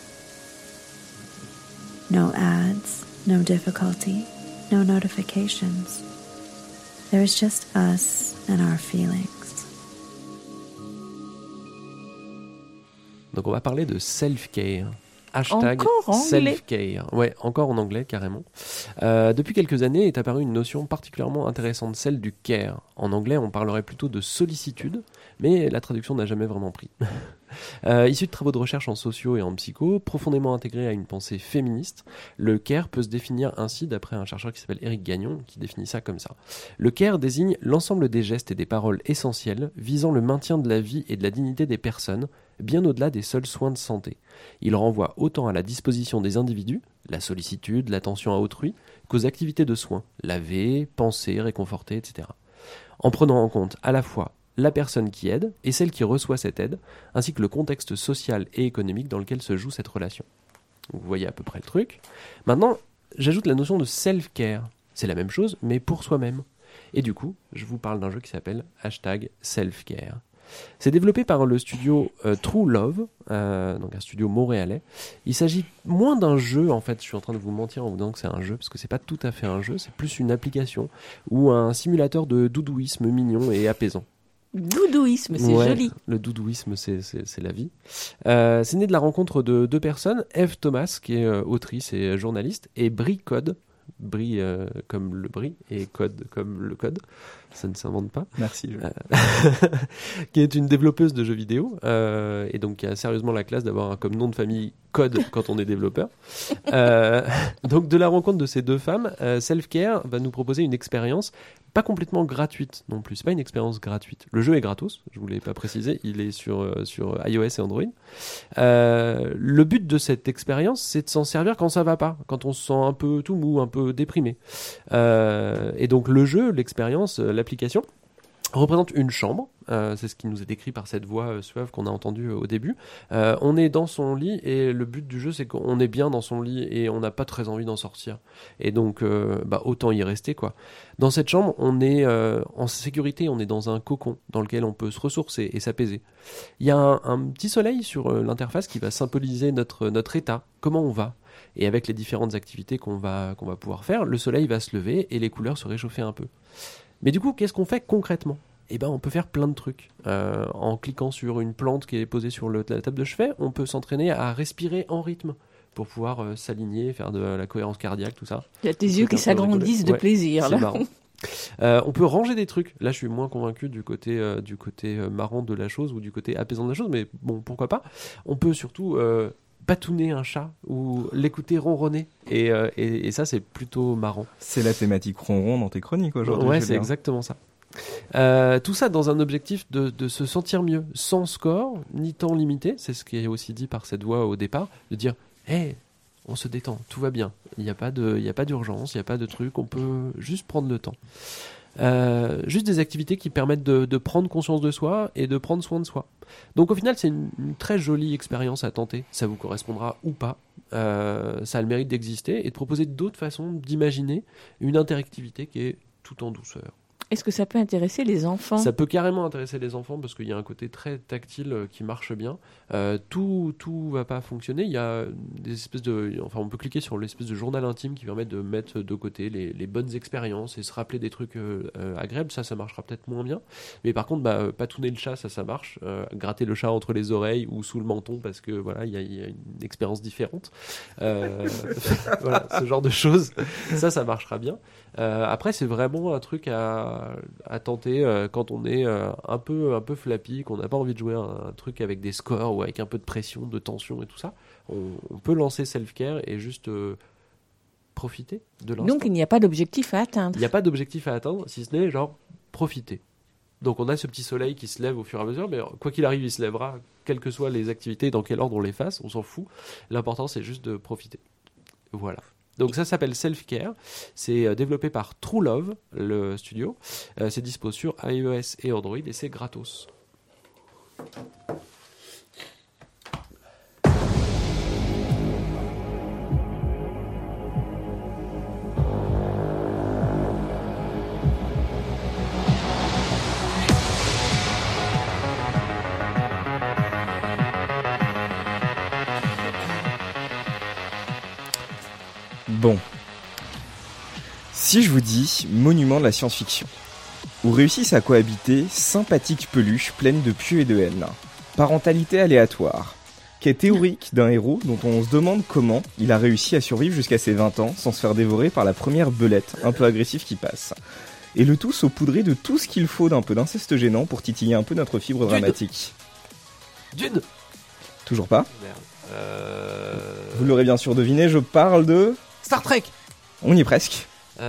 No ads, no difficulty, no notifications. There is just us and our feelings. Donc on va parler de self-care. Hashtag encore en anglais. self-care. Ouais, encore en anglais, carrément. Euh, depuis quelques années est apparue une notion particulièrement intéressante, celle du care. En anglais, on parlerait plutôt de sollicitude, mais la traduction n'a jamais vraiment pris. euh, issu de travaux de recherche en sociaux et en psycho, profondément intégré à une pensée féministe, le care peut se définir ainsi d'après un chercheur qui s'appelle Éric Gagnon, qui définit ça comme ça. Le care désigne l'ensemble des gestes et des paroles essentiels visant le maintien de la vie et de la dignité des personnes, bien au-delà des seuls soins de santé. Il renvoie autant à la disposition des individus, la sollicitude, l'attention à autrui, qu'aux activités de soins, laver, penser, réconforter, et cetera. En prenant en compte à la fois la personne qui aide et celle qui reçoit cette aide, ainsi que le contexte social et économique dans lequel se joue cette relation. Donc vous voyez à peu près le truc. Maintenant, j'ajoute la notion de self-care. C'est la même chose, mais pour soi-même. Et du coup, je vous parle d'un jeu qui s'appelle hashtag self-care. C'est développé par le studio euh, True Love, euh, donc un studio montréalais. Il s'agit moins d'un jeu, en fait, je suis en train de vous mentir en vous disant que c'est un jeu, parce que c'est pas tout à fait un jeu, c'est plus une application ou un simulateur de doudouisme mignon et apaisant. Doudouisme, c'est ouais, joli. Le doudouisme, c'est, c'est, c'est la vie. Euh, c'est né de la rencontre de deux personnes, Eve Thomas, qui est euh, autrice et journaliste, et Brie Code, Brie euh, comme le brie et Code comme le code, ça ne s'invente pas. Merci. Euh, qui est une développeuse de jeux vidéo euh, et donc qui a sérieusement la classe d'avoir un, comme nom de famille Code quand on est développeur. Euh, donc de la rencontre de ces deux femmes, euh, Self-Care va nous proposer une expérience pas complètement gratuite non plus. C'est pas une expérience gratuite. Le jeu est gratos, je vous l'ai pas précisé, il est sur, euh, sur iOS et Android. Euh, le but de cette expérience, c'est de s'en servir quand ça va pas, quand on se sent un peu tout mou, un peu déprimé. Euh, et donc le jeu, l'expérience, l'application représente une chambre, euh, c'est ce qui nous est décrit par cette voix euh, suave qu'on a entendue euh, au début. Euh, on est dans son lit et le but du jeu c'est qu'on est bien dans son lit et on n'a pas très envie d'en sortir. Et donc euh, bah, autant y rester quoi. Dans cette chambre on est euh, en sécurité, on est dans un cocon dans lequel on peut se ressourcer et s'apaiser. Il y a un, un petit soleil sur euh, l'interface qui va symboliser notre, notre état, comment on va. Et avec les différentes activités qu'on va, qu'on va pouvoir faire, le soleil va se lever et les couleurs se réchauffer un peu. Mais du coup, qu'est-ce qu'on fait concrètement ? Eh ben, on peut faire plein de trucs. Euh, en cliquant sur une plante qui est posée sur le, la table de chevet, on peut s'entraîner à respirer en rythme pour pouvoir euh, s'aligner, faire de la cohérence cardiaque, tout ça. Il y a tes yeux qui s'agrandissent de ouais, plaisir. C'est là. marrant. Euh, on peut ranger des trucs. Là, je suis moins convaincu du côté, euh, du côté euh, marrant de la chose ou du côté apaisant de la chose, mais bon, pourquoi pas. On peut surtout... Euh, patouner un chat ou l'écouter ronronner et, euh, et, et ça c'est plutôt marrant. C'est la thématique ronron dans tes chroniques aujourd'hui. Ouais, c'est exactement ça. Euh, tout ça dans un objectif de, de se sentir mieux, sans score ni temps limité. C'est ce qui est aussi dit par cette voix au départ, de dire hé, hey, on se détend, tout va bien, il n'y a pas de, il n'y a pas d'urgence, il n'y a pas de truc, on peut juste prendre le temps. Euh, juste des activités qui permettent de, de prendre conscience de soi et de prendre soin de soi. Donc au final c'est une, une très jolie expérience à tenter, ça vous correspondra ou pas, euh, ça a le mérite d'exister et de proposer d'autres façons d'imaginer une interactivité qui est tout en douceur. Est-ce que ça peut intéresser les enfants ? Ça peut carrément intéresser les enfants parce qu'il y a un côté très tactile euh, qui marche bien. Euh, tout tout va pas fonctionner. Il y a des espèces de, enfin on peut cliquer sur l'espèce de journal intime qui permet de mettre de côté les, les bonnes expériences et se rappeler des trucs euh, euh, agréables. Ça, ça marchera peut-être moins bien. Mais par contre, bah, patouner le chat, ça, ça marche. Euh, gratter le chat entre les oreilles ou sous le menton parce que voilà, il y a, il y a une expérience différente. Euh, voilà, ce genre de choses. Ça, ça marchera bien. Euh, après, c'est vraiment un truc à à tenter euh, quand on est euh, un peu un peu flappy, qu'on n'a pas envie de jouer un, un truc avec des scores ou avec un peu de pression, de tension et tout ça. On, on peut lancer Self-Care et juste euh, profiter de l'instant. Donc il n'y a pas d'objectif à atteindre. Il n'y a pas d'objectif à atteindre, si ce n'est genre profiter. Donc on a ce petit soleil qui se lève au fur et à mesure, mais quoi qu'il arrive, il se lèvera, quelles que soient les activités, dans quel ordre on les fasse, on s'en fout. L'important c'est juste de profiter. Voilà. Donc ça s'appelle Self-Care, c'est développé par True Love, le studio, euh, c'est dispo sur iOS et Android et c'est gratos. Bon. Si je vous dis monument de la science-fiction, où réussissent à cohabiter sympathiques peluches pleines de pieux et de haine, parentalité aléatoire, quête théorique d'un héros dont on se demande comment il a réussi à survivre jusqu'à ses vingt ans sans se faire dévorer par la première belette un peu agressive qui passe. Et le tout saupoudré de tout ce qu'il faut d'un peu d'inceste gênant pour titiller un peu notre fibre Dune. dramatique. Dune. Toujours pas. Merde. Euh... Vous l'aurez bien sûr deviné, je parle de... Star Trek. On y est presque.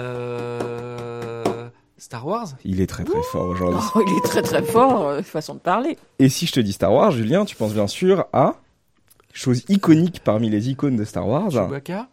Euh... Star Wars. Il est très très fort aujourd'hui. Oh, il est très très fort, euh, façon de parler. Et si je te dis Star Wars, Julien, tu penses bien sûr à... chose iconique parmi les icônes de Star Wars. Chewbacca.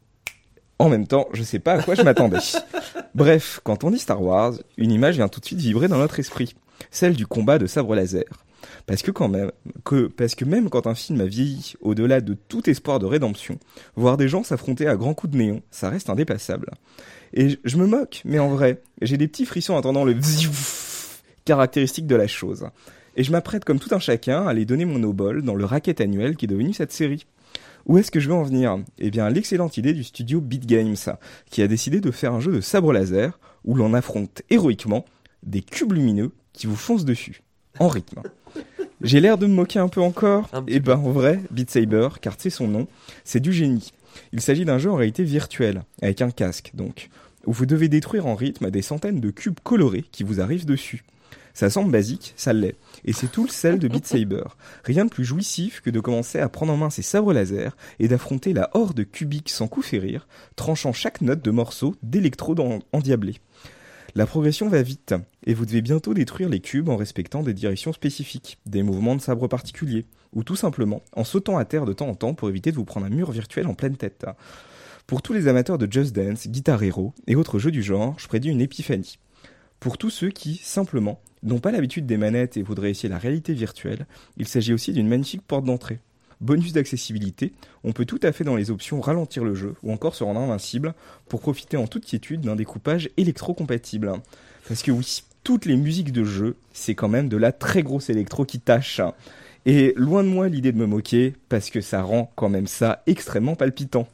En même temps, je sais pas à quoi je m'attendais. Bref, quand on dit Star Wars, une image vient tout de suite vibrer dans notre esprit. Celle du combat de sabre laser. Parce que quand même, que, parce que même quand un film a vieilli au-delà de tout espoir de rédemption, voir des gens s'affronter à grands coups de néon, ça reste indépassable. Et je, je me moque, mais en vrai, j'ai des petits frissons en entendant le vziouf caractéristique de la chose. Et je m'apprête comme tout un chacun à aller donner mon obol dans le racket annuel qui est devenu cette série. Où est-ce que je veux en venir ? Eh bien, l'excellente idée du studio Beat Games, qui a décidé de faire un jeu de sabre laser où l'on affronte héroïquement des cubes lumineux qui vous foncent dessus, en rythme. J'ai l'air de me moquer un peu encore ? Eh ben, en vrai, Beat Saber, car c'est son nom, c'est du génie. Il s'agit d'un jeu en réalité virtuelle, avec un casque donc, où vous devez détruire en rythme des centaines de cubes colorés qui vous arrivent dessus. Ça semble basique, ça l'est. Et c'est tout le sel de Beat Saber. Rien de plus jouissif que de commencer à prendre en main ses sabres laser et d'affronter la horde cubique sans coup férir, tranchant chaque note de morceaux d'électrodes en- endiablés. La progression va vite, et vous devez bientôt détruire les cubes en respectant des directions spécifiques, des mouvements de sabre particuliers, ou tout simplement en sautant à terre de temps en temps pour éviter de vous prendre un mur virtuel en pleine tête. Pour tous les amateurs de Just Dance, Guitar Hero et autres jeux du genre, je prédis une épiphanie. Pour tous ceux qui, simplement, n'ont pas l'habitude des manettes et voudraient essayer la réalité virtuelle, il s'agit aussi d'une magnifique porte d'entrée. Bonus d'accessibilité, on peut tout à fait dans les options ralentir le jeu ou encore se rendre invincible pour profiter en toute quiétude d'un découpage électro-compatible. Parce que oui, toutes les musiques de jeu, c'est quand même de la très grosse électro qui tâche. Et loin de moi l'idée de me moquer, parce que ça rend quand même ça extrêmement palpitant.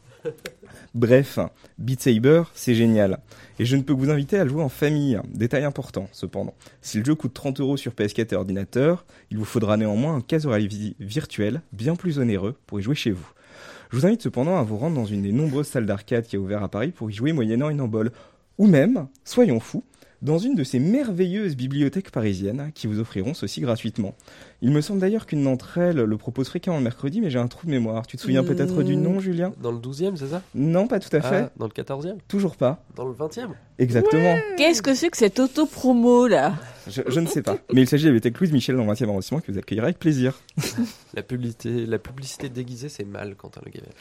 Bref, Beat Saber, c'est génial. Et je ne peux que vous inviter à le jouer en famille. Détail important, cependant. Si le jeu coûte trente euros sur P S quatre et ordinateur, il vous faudra néanmoins un casque virtuel bien plus onéreux pour y jouer chez vous. Je vous invite cependant à vous rendre dans une des nombreuses salles d'arcade qui a ouvert à Paris pour y jouer moyennant une embole. Ou même, soyons fous, dans une de ces merveilleuses bibliothèques parisiennes qui vous offriront ceci gratuitement. Il me semble d'ailleurs qu'une d'entre elles le propose fréquemment le mercredi, mais j'ai un trou de mémoire. Tu te souviens mmh... peut-être du nom, Julien ? Dans le douzième, c'est ça ? Non, pas tout à fait. Ah, dans le quatorzième ? Toujours pas. Dans le vingtième ? Exactement. Ouais. Qu'est-ce que c'est que cette auto-promo, là ? je, je ne sais pas. Mais il s'agit de la bibliothèque Louise Michel dans le vingtième arrondissement qui vous accueillera avec plaisir. la, publicité, la publicité déguisée, c'est mal, Quentin Le Gavet.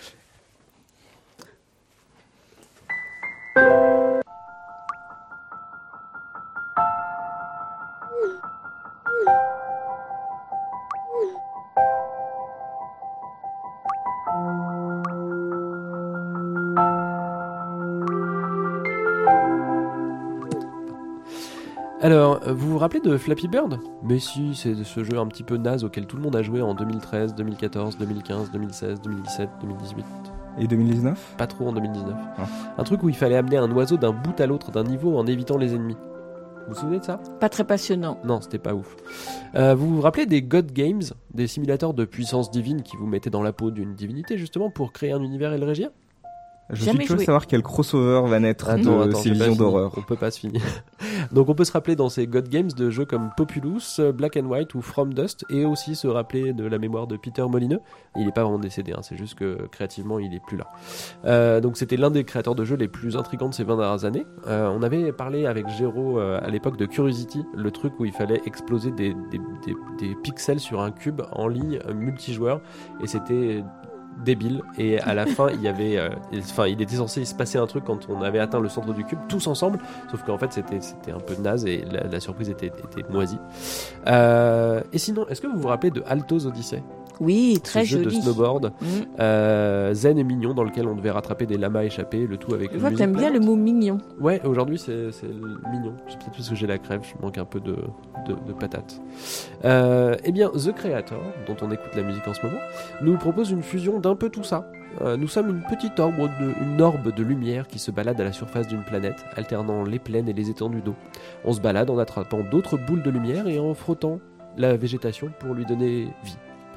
Alors, vous vous rappelez de Flappy Bird ? Mais si, c'est ce jeu un petit peu naze auquel tout le monde a joué en deux mille treize, deux mille quatorze, deux mille quinze, deux mille seize, deux mille dix-sept, deux mille dix-huit. Et deux mille dix-neuf ? Pas trop en deux mille dix-neuf. Ah. Un truc où il fallait amener un oiseau d'un bout à l'autre d'un niveau en évitant les ennemis. Vous vous souvenez de ça ? Pas très passionnant. Non, c'était pas ouf. Euh, vous vous rappelez des God Games, des simulateurs de puissance divine qui vous mettaient dans la peau d'une divinité justement pour créer un univers elrégien ? Je suis curieux de savoir quel crossover va naître attends, de attends, ces visions d'horreur. On peut pas se finir. Donc on peut se rappeler dans ces God Games de jeux comme Populous, Black and White ou From Dust, et aussi se rappeler de la mémoire de Peter Molineux. Il est pas vraiment décédé, hein, c'est juste que créativement il est plus là. Euh, donc c'était l'un des créateurs de jeux les plus intrigants de ces vingt dernières années. Euh, on avait parlé avec Géraud euh, à l'époque de Curiosity, le truc où il fallait exploser des, des, des, des pixels sur un cube en ligne multijoueur, et c'était débile, et à la fin il y avait euh, enfin il était censé se passer un truc quand on avait atteint le centre du cube tous ensemble, sauf qu'en fait c'était, c'était un peu naze et la, la surprise était, était moisie. Euh, et sinon, est-ce que vous vous rappelez de Alto's Odyssey ? Oui, très ce jeu joli. de snowboard, mmh. euh, zen et mignon, dans lequel on devait rattraper des lamas échappés, le tout avec Je une vois que musique t'aimes bien plainte. le mot mignon. Ouais, aujourd'hui c'est, c'est mignon. C'est peut-être parce que j'ai la crève, je manque un peu de, de, de patates. Euh, eh bien, The Creator, dont on écoute la musique en ce moment, nous propose une fusion d'un peu tout ça. Euh, nous sommes une petite orbe de, une orbe de lumière qui se balade à la surface d'une planète, alternant les plaines et les étendues d'eau. On se balade en attrapant d'autres boules de lumière et en frottant la végétation pour lui donner vie.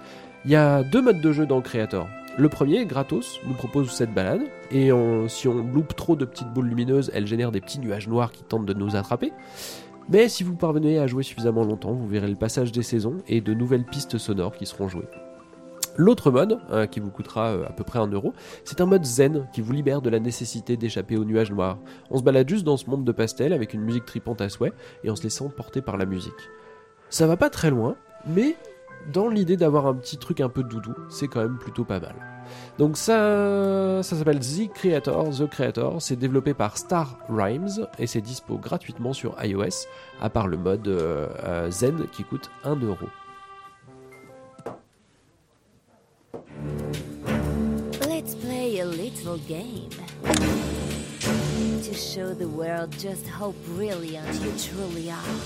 Il y a deux modes de jeu dans le Creator. Le premier, gratos, nous propose cette balade, et on, si on loupe trop de petites boules lumineuses, elle génère des petits nuages noirs qui tentent de nous attraper. Mais si vous parvenez à jouer suffisamment longtemps, vous verrez le passage des saisons et de nouvelles pistes sonores qui seront jouées. L'autre mode, euh, qui vous coûtera euh, à peu près un euro, c'est un mode zen qui vous libère de la nécessité d'échapper aux nuages noirs. On se balade juste dans ce monde de pastel avec une musique tripante à souhait et en se laissant porter par la musique. Ça va pas très loin, mais dans l'idée d'avoir un petit truc un peu doudou, c'est quand même plutôt pas mal. Donc ça, ça s'appelle The Creator, The Creator, c'est développé par Star Rhymes et c'est dispo gratuitement sur iOS, à part le mode euh, euh, zen qui coûte un euro. Let's play a little game to show the world just how brilliant you truly are.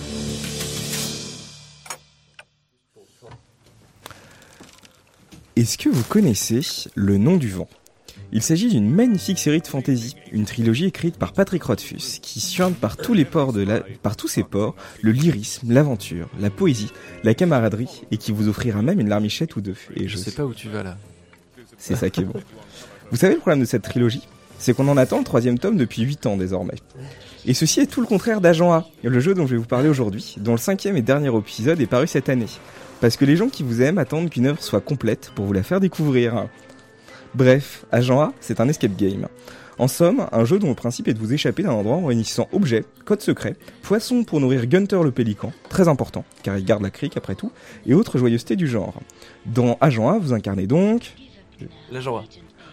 Est-ce que vous connaissez Le Nom du Vent ? Il s'agit d'une magnifique série de fantasy, une trilogie écrite par Patrick Rothfuss, qui suinte par tous les pores de la, par tous ses pores, le lyrisme, l'aventure, la poésie, la camaraderie, et qui vous offrira même une larmichette ou deux. Et je, je sais pas où tu vas là. C'est ça qui est bon. Vous savez le problème de cette trilogie ? C'est qu'on en attend le troisième tome depuis huit ans désormais. Et ceci est tout le contraire d'Agent A, le jeu dont je vais vous parler aujourd'hui, dont le cinquième et dernier épisode est paru cette année. Parce que les gens qui vous aiment attendent qu'une œuvre soit complète pour vous la faire découvrir. Bref, Agent A, c'est un escape game. En somme, un jeu dont le principe est de vous échapper d'un endroit en réunissant objets, codes secrets, poissons pour nourrir Gunter le pélican, très important, car il garde la crique après tout, et autres joyeusetés du genre. Dans Agent A, vous incarnez donc... L'Agent A.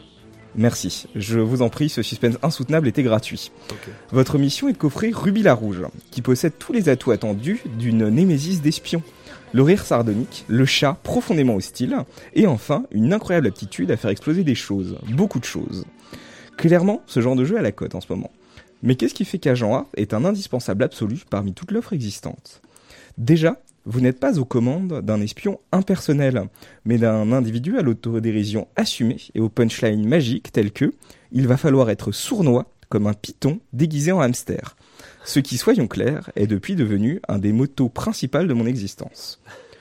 Merci, je vous en prie, ce suspense insoutenable était gratuit. Okay. Votre mission est de coffrer Ruby la Rouge, qui possède tous les atouts attendus d'une némésis d'espion. Le rire sardonique, le chat profondément hostile, et enfin, une incroyable aptitude à faire exploser des choses, beaucoup de choses. Clairement, ce genre de jeu a la cote en ce moment. Mais qu'est-ce qui fait qu'Agent A est un indispensable absolu parmi toute l'offre existante ? Déjà, vous n'êtes pas aux commandes d'un espion impersonnel, mais d'un individu à l'autodérision assumée et aux punchlines magiques telles que « il va falloir être sournois comme un python déguisé en hamster ». Ce qui, soyons clairs, est depuis devenu un des mottos principaux de mon existence.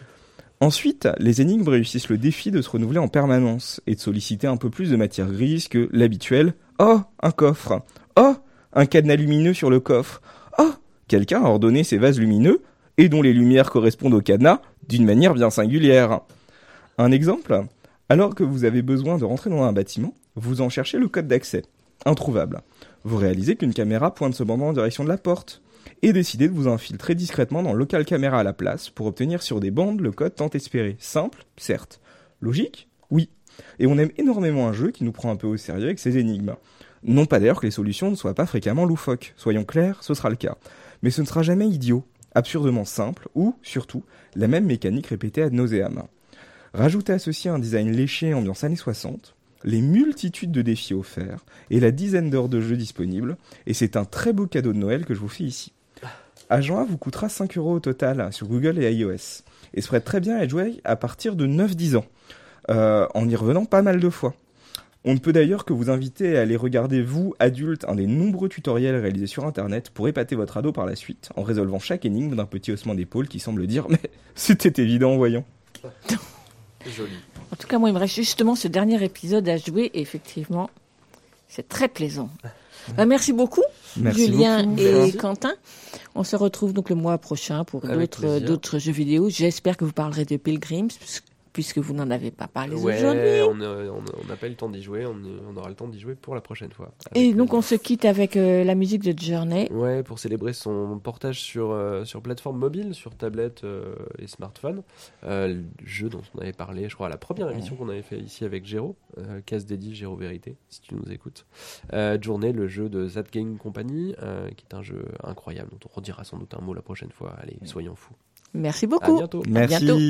Ensuite, les énigmes réussissent le défi de se renouveler en permanence et de solliciter un peu plus de matière grise que l'habituel « Oh, un coffre ! Oh, un cadenas lumineux sur le coffre ! Oh, quelqu'un a ordonné ces vases lumineux et dont les lumières correspondent au cadenas d'une manière bien singulière. » Un exemple ? Alors que vous avez besoin de rentrer dans un bâtiment, vous en cherchez le code d'accès. Introuvable. Vous réalisez qu'une caméra pointe cependant en direction de la porte, et décidez de vous infiltrer discrètement dans le local caméra à la place pour obtenir sur des bandes le code tant espéré. Simple, certes. Logique ? Oui. Et on aime énormément un jeu qui nous prend un peu au sérieux avec ses énigmes. Non pas d'ailleurs que les solutions ne soient pas fréquemment loufoques, soyons clairs, ce sera le cas. Mais ce ne sera jamais idiot, absurdement simple, ou, surtout, la même mécanique répétée ad nauseam. Rajoutez à ceci un design léché ambiance années soixante, les multitudes de défis offerts et la dizaine d'heures de jeu disponibles, et c'est un très beau cadeau de Noël que je vous fais ici. Agent A vous coûtera cinq euros au total sur Google et iOS, et se prête très bien à être joué à partir de neuf dix ans, euh, en y revenant pas mal de fois. On ne peut d'ailleurs que vous inviter à aller regarder, vous, adultes, un des nombreux tutoriels réalisés sur internet pour épater votre ado par la suite, en résolvant chaque énigme d'un petit haussement d'épaule qui semble dire « mais c'était évident, voyons ». Joli. En tout cas, moi, il me reste justement ce dernier épisode à jouer. Et effectivement, c'est très plaisant. Bah, merci beaucoup, merci Julien beaucoup. et Merci. Quentin. On se retrouve donc le mois prochain pour Avec d'autres, plaisir. d'autres jeux vidéo. J'espère que vous parlerez de Pilgrims, puisque vous n'en avez pas parlé Ouais, aujourd'hui. on n'a on, on n'a pas eu le temps d'y jouer, on, est- on aura le temps d'y jouer pour la prochaine fois. Et donc, on se quitte avec euh, la musique de Journey. Ouais, pour célébrer son portage sur, euh, sur plateforme mobile, sur tablette euh, et smartphone. Euh, le jeu dont on avait parlé, je crois, à la première émission qu'on avait fait ici avec Géraud, euh, Case dédié Géraud Vérité, si tu nous écoutes. Euh, Journey, le jeu de That Game Company, euh, qui est un jeu incroyable, dont on redira sans doute un mot la prochaine fois. Allez, soyons fous. Merci beaucoup. À bientôt. À Merci. bientôt.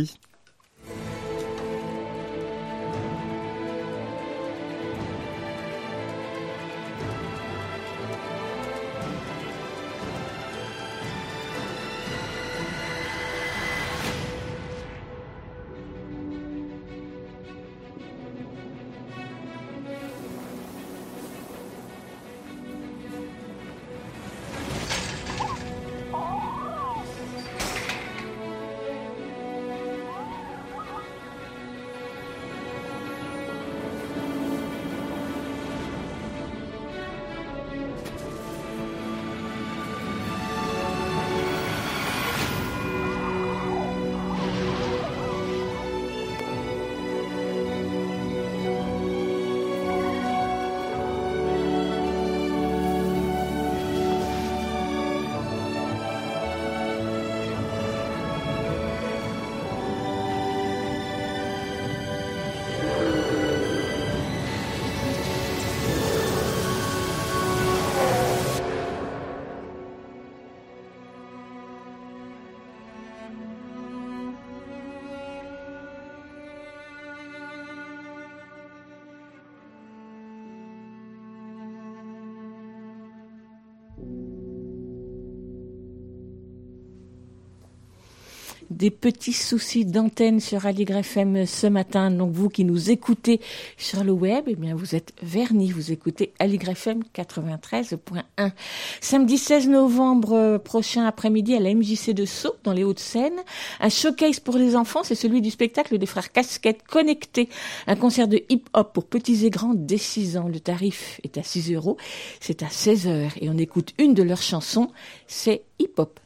des petits soucis d'antenne sur Aligre F M ce matin. Donc vous qui nous écoutez sur le web, eh bien vous êtes vernis, vous écoutez Aligre F M quatre-vingt-treize point un. Samedi seize novembre prochain après-midi à la M J C de Sceaux, dans les Hauts-de-Seine, un showcase pour les enfants, c'est celui du spectacle des frères Casquettes Connectés, un concert de hip-hop pour petits et grands dès six ans. Le tarif est à six euros, c'est à seize heures et on écoute une de leurs chansons, c'est hip-hop.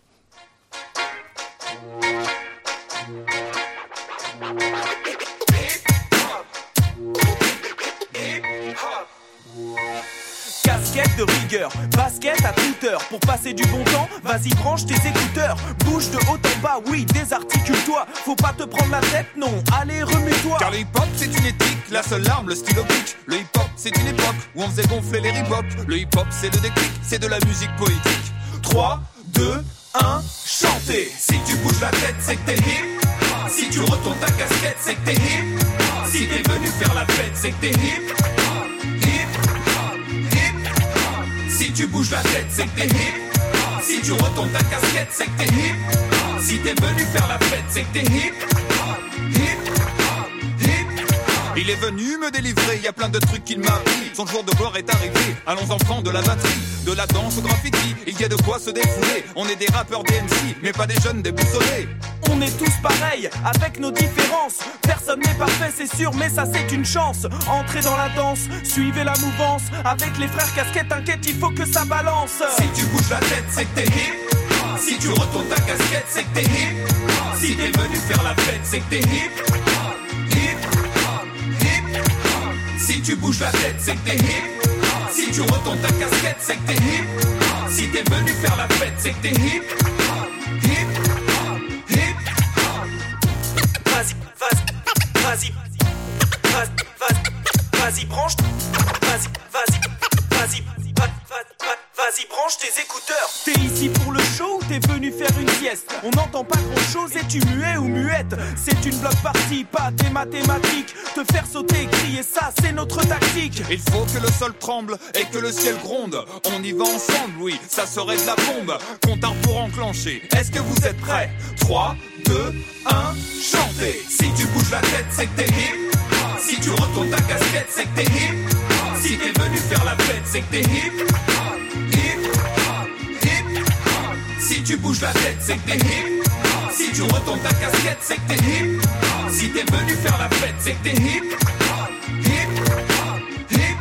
Casquette de rigueur, basket à toute heure. Pour passer du bon temps, vas-y branche tes écouteurs. Bouge de haut en bas, oui, désarticule-toi. Faut pas te prendre la tête, non, allez remue-toi. Car le hip-hop c'est une éthique, la seule arme, le stylo bic. Le hip-hop c'est une époque où on faisait gonfler les Reebok. Le hip-hop c'est le déclic, c'est de la musique poétique. Trois, deux, un, chantez. Si tu bouges la tête, c'est que t'es hip. Si tu retournes ta casquette, c'est que t'es hip. Si t'es venu faire la fête, c'est que t'es hip. Si tu bouges la tête, c'est que t'es hip. Si tu retournes ta casquette, c'est que t'es hip. Si t'es venu faire la fête, c'est que t'es hip. Hip, hip. Il est venu me délivrer, y a plein de trucs qu'il m'a appris. Son jour de gloire est arrivé, allons enfants de la batterie. De la danse au graffiti, il y a de quoi se défouler. On est des rappeurs des M C, mais pas des jeunes déboussolés. On est tous pareils, avec nos différences. Personne n'est parfait, c'est sûr, mais ça c'est une chance. Entrez dans la danse, suivez la mouvance. Avec les frères Casquettes, t'inquiète, il faut que ça balance. Si tu bouges la tête, c'est que t'es hip. Si tu retournes ta casquette, c'est que t'es hip. Si t'es venu faire la fête, c'est que t'es hip. Hip, hip. Si tu bouges la tête, c'est que t'es hip. Si tu retournes ta casquette, c'est que t'es hip. Si t'es venu faire la fête, c'est que t'es hip. Vas-y, vas-y, vas-y, vas-y, vas-y, vas-y, branche, vas-y, vas-y, vas-y, vas-y, branche tes écouteurs. T'es ici pour le show ou t'es venu faire une sieste? On n'entend pas grand-chose, es-tu muet ou muette? C'est une bloc partie, pas des mathématiques. Te faire sauter et crier ça, c'est notre tactique. Il faut que le sol tremble et que le ciel gronde. On y va ensemble, oui, ça serait de la bombe. Compte à pour enclencher, est-ce que vous êtes prêts? Trois, deux, un, chantez. Si tu bouges la tête, c'est que t'es hip. Si tu retournes ta casquette, c'est que t'es hip. Si t'es venu faire la fête, c'est que t'es hip. Hip, hip. Si tu bouges la tête, c'est que t'es hip. Si tu retournes ta casquette, c'est que t'es hip. Si t'es venu faire la fête, c'est que t'es hip. Hip, hip.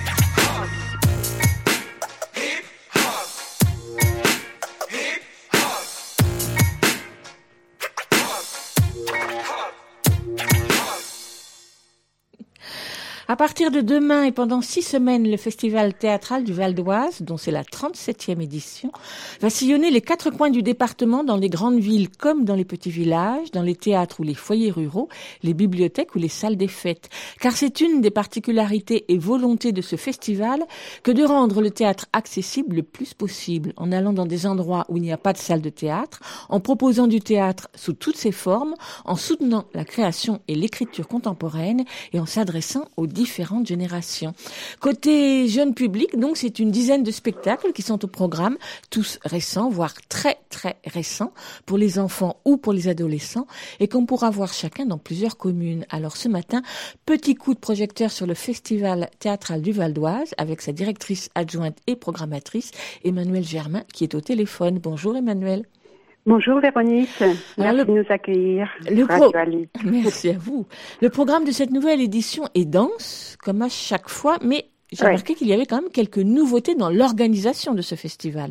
À partir de demain et pendant six semaines, le Festival théâtral du Val d'Oise, dont c'est la trente-septième édition, va sillonner les quatre coins du département dans les grandes villes comme dans les petits villages, dans les théâtres ou les foyers ruraux, les bibliothèques ou les salles des fêtes. Car c'est une des particularités et volontés de ce festival que de rendre le théâtre accessible le plus possible, en allant dans des endroits où il n'y a pas de salle de théâtre, en proposant du théâtre sous toutes ses formes, en soutenant la création et l'écriture contemporaine et en s'adressant aux différentes générations. Côté jeune public, donc, c'est une dizaine de spectacles qui sont au programme, tous récents, voire très très récents, pour les enfants ou pour les adolescents, et qu'on pourra voir chacun dans plusieurs communes. Alors ce matin, petit coup de projecteur sur le Festival théâtral du Val d'Oise, avec sa directrice adjointe et programmatrice, Emmanuelle Germain, qui est au téléphone. Bonjour Emmanuelle. Bonjour Véronique, merci le, de nous accueillir. Le pro... Merci à vous. Le programme de cette nouvelle édition est dense, comme à chaque fois, mais j'ai ouais. remarqué qu'il y avait quand même quelques nouveautés dans l'organisation de ce festival.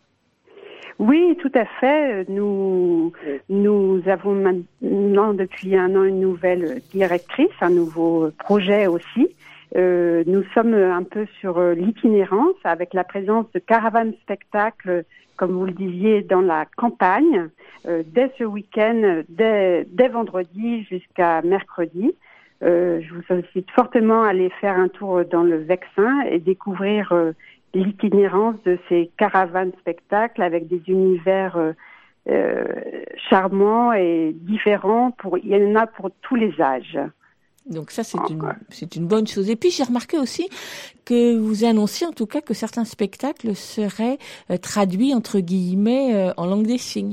Oui, tout à fait. Nous, nous avons maintenant depuis un an une nouvelle directrice, un nouveau projet aussi. Euh, nous sommes un peu sur l'itinérance avec la présence de caravanes spectacles, comme vous le disiez, dans la campagne, euh, dès ce week-end, dès, dès vendredi jusqu'à mercredi. Euh, je vous incite fortement à aller faire un tour dans le Vexin et découvrir euh, l'itinérance de ces caravanes spectacles avec des univers euh, euh, charmants et différents. Pour, il y en a pour tous les âges. Donc ça, c'est une, c'est une bonne chose. Et puis, j'ai remarqué aussi que vous annonciez en tout cas que certains spectacles seraient euh, traduits, entre guillemets, euh, en langue des signes.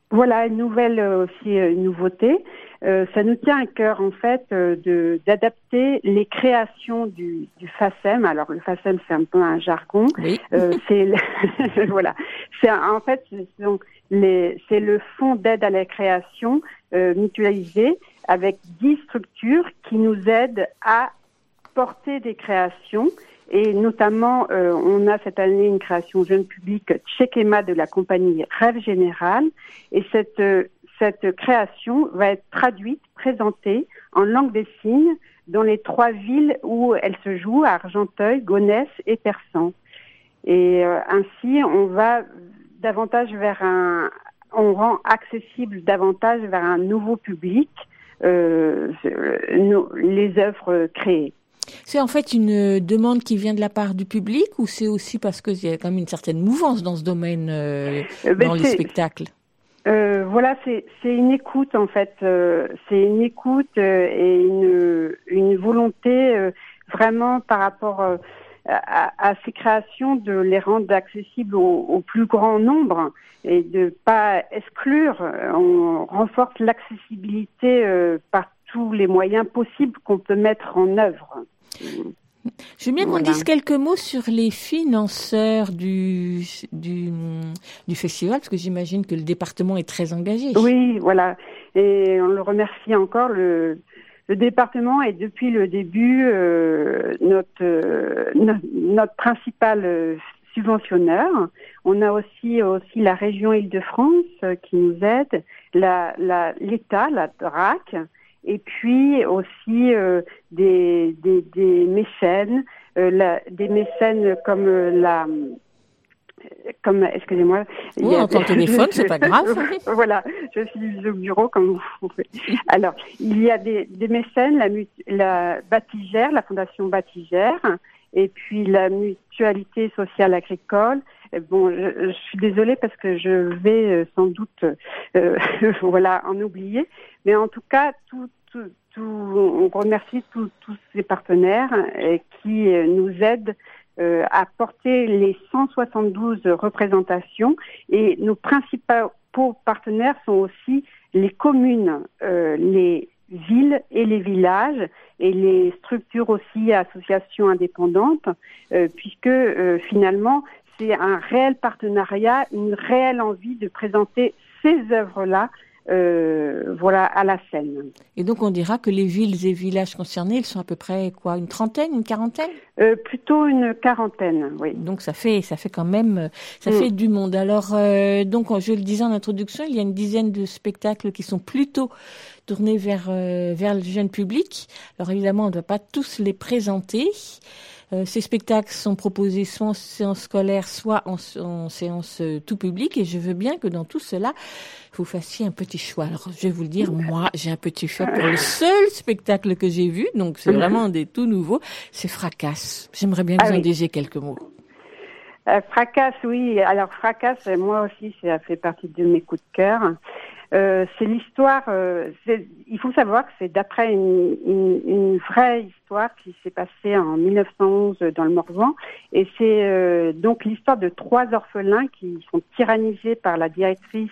Voilà, une nouvelle euh, aussi euh, une nouveauté. Euh, ça nous tient à cœur en fait euh, de d'adapter les créations du, du FACEM. Alors le FACEM c'est un peu un jargon. Oui. Euh, c'est le, voilà. C'est un- en fait c'est, donc les c'est le fonds d'aide à la création euh, mutualisé avec dix structures qui nous aident à porter des créations. Et notamment, euh, on a cette année une création jeune public Tchekema de la compagnie Rêve Général. Et cette, euh, cette création va être traduite, présentée en langue des signes dans les trois villes où elle se joue, à Argenteuil, Gonesse et Persan. Et euh, ainsi, on va davantage vers un... On rend accessible davantage vers un nouveau public euh, nos- les œuvres créées. C'est en fait une demande qui vient de la part du public ou c'est aussi parce qu'il y a quand même une certaine mouvance dans ce domaine, euh, Euh, ben, dans les c'est- spectacles? Euh, voilà, c'est c'est une écoute en fait, euh, c'est une écoute euh, et une une volonté euh, vraiment par rapport euh, à, à ces créations de les rendre accessibles au, au plus grand nombre et de pas exclure. On renforce l'accessibilité euh, par tous les moyens possibles qu'on peut mettre en œuvre. Je veux bien qu'on Voilà. dise quelques mots sur les financeurs du, du, du festival, parce que j'imagine que le département est très engagé. Oui, voilà. Et on le remercie encore. Le, le département est depuis le début euh, notre, euh, notre notre principal euh, subventionneur. On a aussi aussi la région Île-de-France euh, qui nous aide, la la l'État, la D R A C, et puis aussi euh, des, des des mécènes, euh, la, des mécènes comme euh, la comme, excusez-moi. Oui, il y a- en ton téléphone, c'est pas grave. Voilà, je suis au bureau comme vous pouvez. Alors, il y a des, des mécènes, la, mut- la Batigère, la Fondation Batigère, et puis la Mutualité Sociale Agricole. Et bon, je, je suis désolée parce que je vais euh, sans doute, euh, voilà, en oublier. Mais en tout cas, tout, tout, tout, on remercie tous tous ces partenaires euh, qui euh, nous aident euh, à porter les cent soixante-douze représentations, et nos principaux partenaires sont aussi les communes, euh, les villes et les villages, et les structures aussi, associations indépendantes, euh, puisque euh, finalement c'est un réel partenariat, une réelle envie de présenter ces œuvres-là euh, voilà, à la scène. Et donc on dira que les villes et villages concernés, ils sont à peu près quoi, une trentaine, une quarantaine? Euh, plutôt une quarantaine, oui. Donc ça fait, ça fait quand même, ça Mm. fait du monde. Alors euh, donc je le disais en introduction, il y a une dizaine de spectacles qui sont plutôt tournés vers euh, vers le jeune public. Alors évidemment, on ne doit pas tous les présenter. Euh, ces spectacles sont proposés soit en séance scolaire, soit en, en séance euh, tout public. Et je veux bien que dans tout cela, vous fassiez un petit choix. Alors, je vais vous le dire, moi, j'ai un petit choix pour le seul spectacle que j'ai vu. Donc, c'est vraiment des tout nouveaux. C'est Fracasse. J'aimerais bien que Ah vous en oui. disiez quelques mots. Euh, Fracasse, oui. Alors Fracasse, euh, moi aussi, ça fait partie de mes coups de cœur. Euh, c'est l'histoire. Euh, c'est- il faut savoir que c'est d'après une, une, une vraie histoire qui s'est passée en mille neuf cent onze dans le Morvan, et c'est euh, donc l'histoire de trois orphelins qui sont tyrannisés par la directrice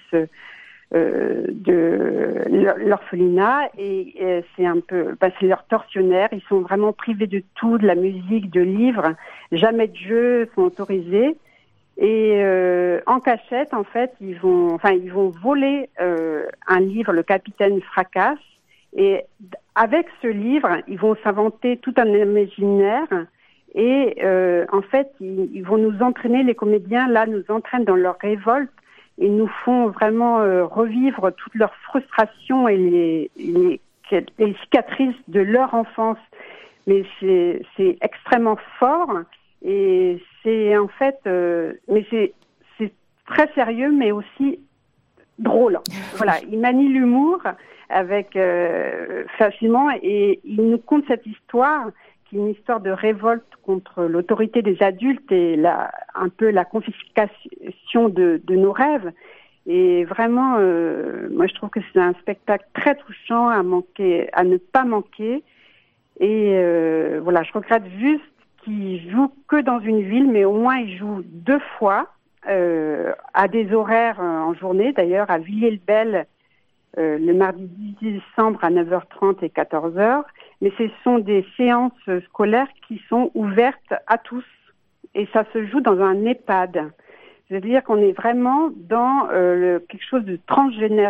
euh, de l'or- l'orphelinat, et euh, c'est un peu, bah, c'est leurs tortionnaires. Ils sont vraiment privés de tout, de la musique, de livres. Jamais de jeux sont autorisés. Et euh, en cachette, en fait, ils vont, enfin, ils vont voler euh, un livre, Le Capitaine Fracasse. Et d- avec ce livre, ils vont s'inventer tout un imaginaire. Et euh, en fait, ils, ils vont nous entraîner, les comédiens, là, nous entraînent dans leur révolte et nous font vraiment euh, revivre toutes leurs frustrations et les, les, les cicatrices de leur enfance. Mais c'est, c'est extrêmement fort. Et c'est en fait, euh, mais c'est c'est très sérieux, mais aussi drôle. Voilà, il manie l'humour avec euh, facilement, et il nous conte cette histoire qui est une histoire de révolte contre l'autorité des adultes et la un peu la confiscation de, de nos rêves. Et vraiment, euh, moi je trouve que c'est un spectacle très touchant à manquer, à ne pas manquer. Et euh, voilà, je regrette juste qu'il joue que dans une ville, mais au moins il joue deux fois euh, à des horaires euh, en journée, d'ailleurs, à Villiers-le-Bel, euh, le mardi dix décembre à neuf heures trente et quatorze heures. Mais ce sont des séances scolaires qui sont ouvertes à tous. Et ça se joue dans un EHPAD. C'est-à-dire qu'on est vraiment dans euh, le, quelque chose de transgéné-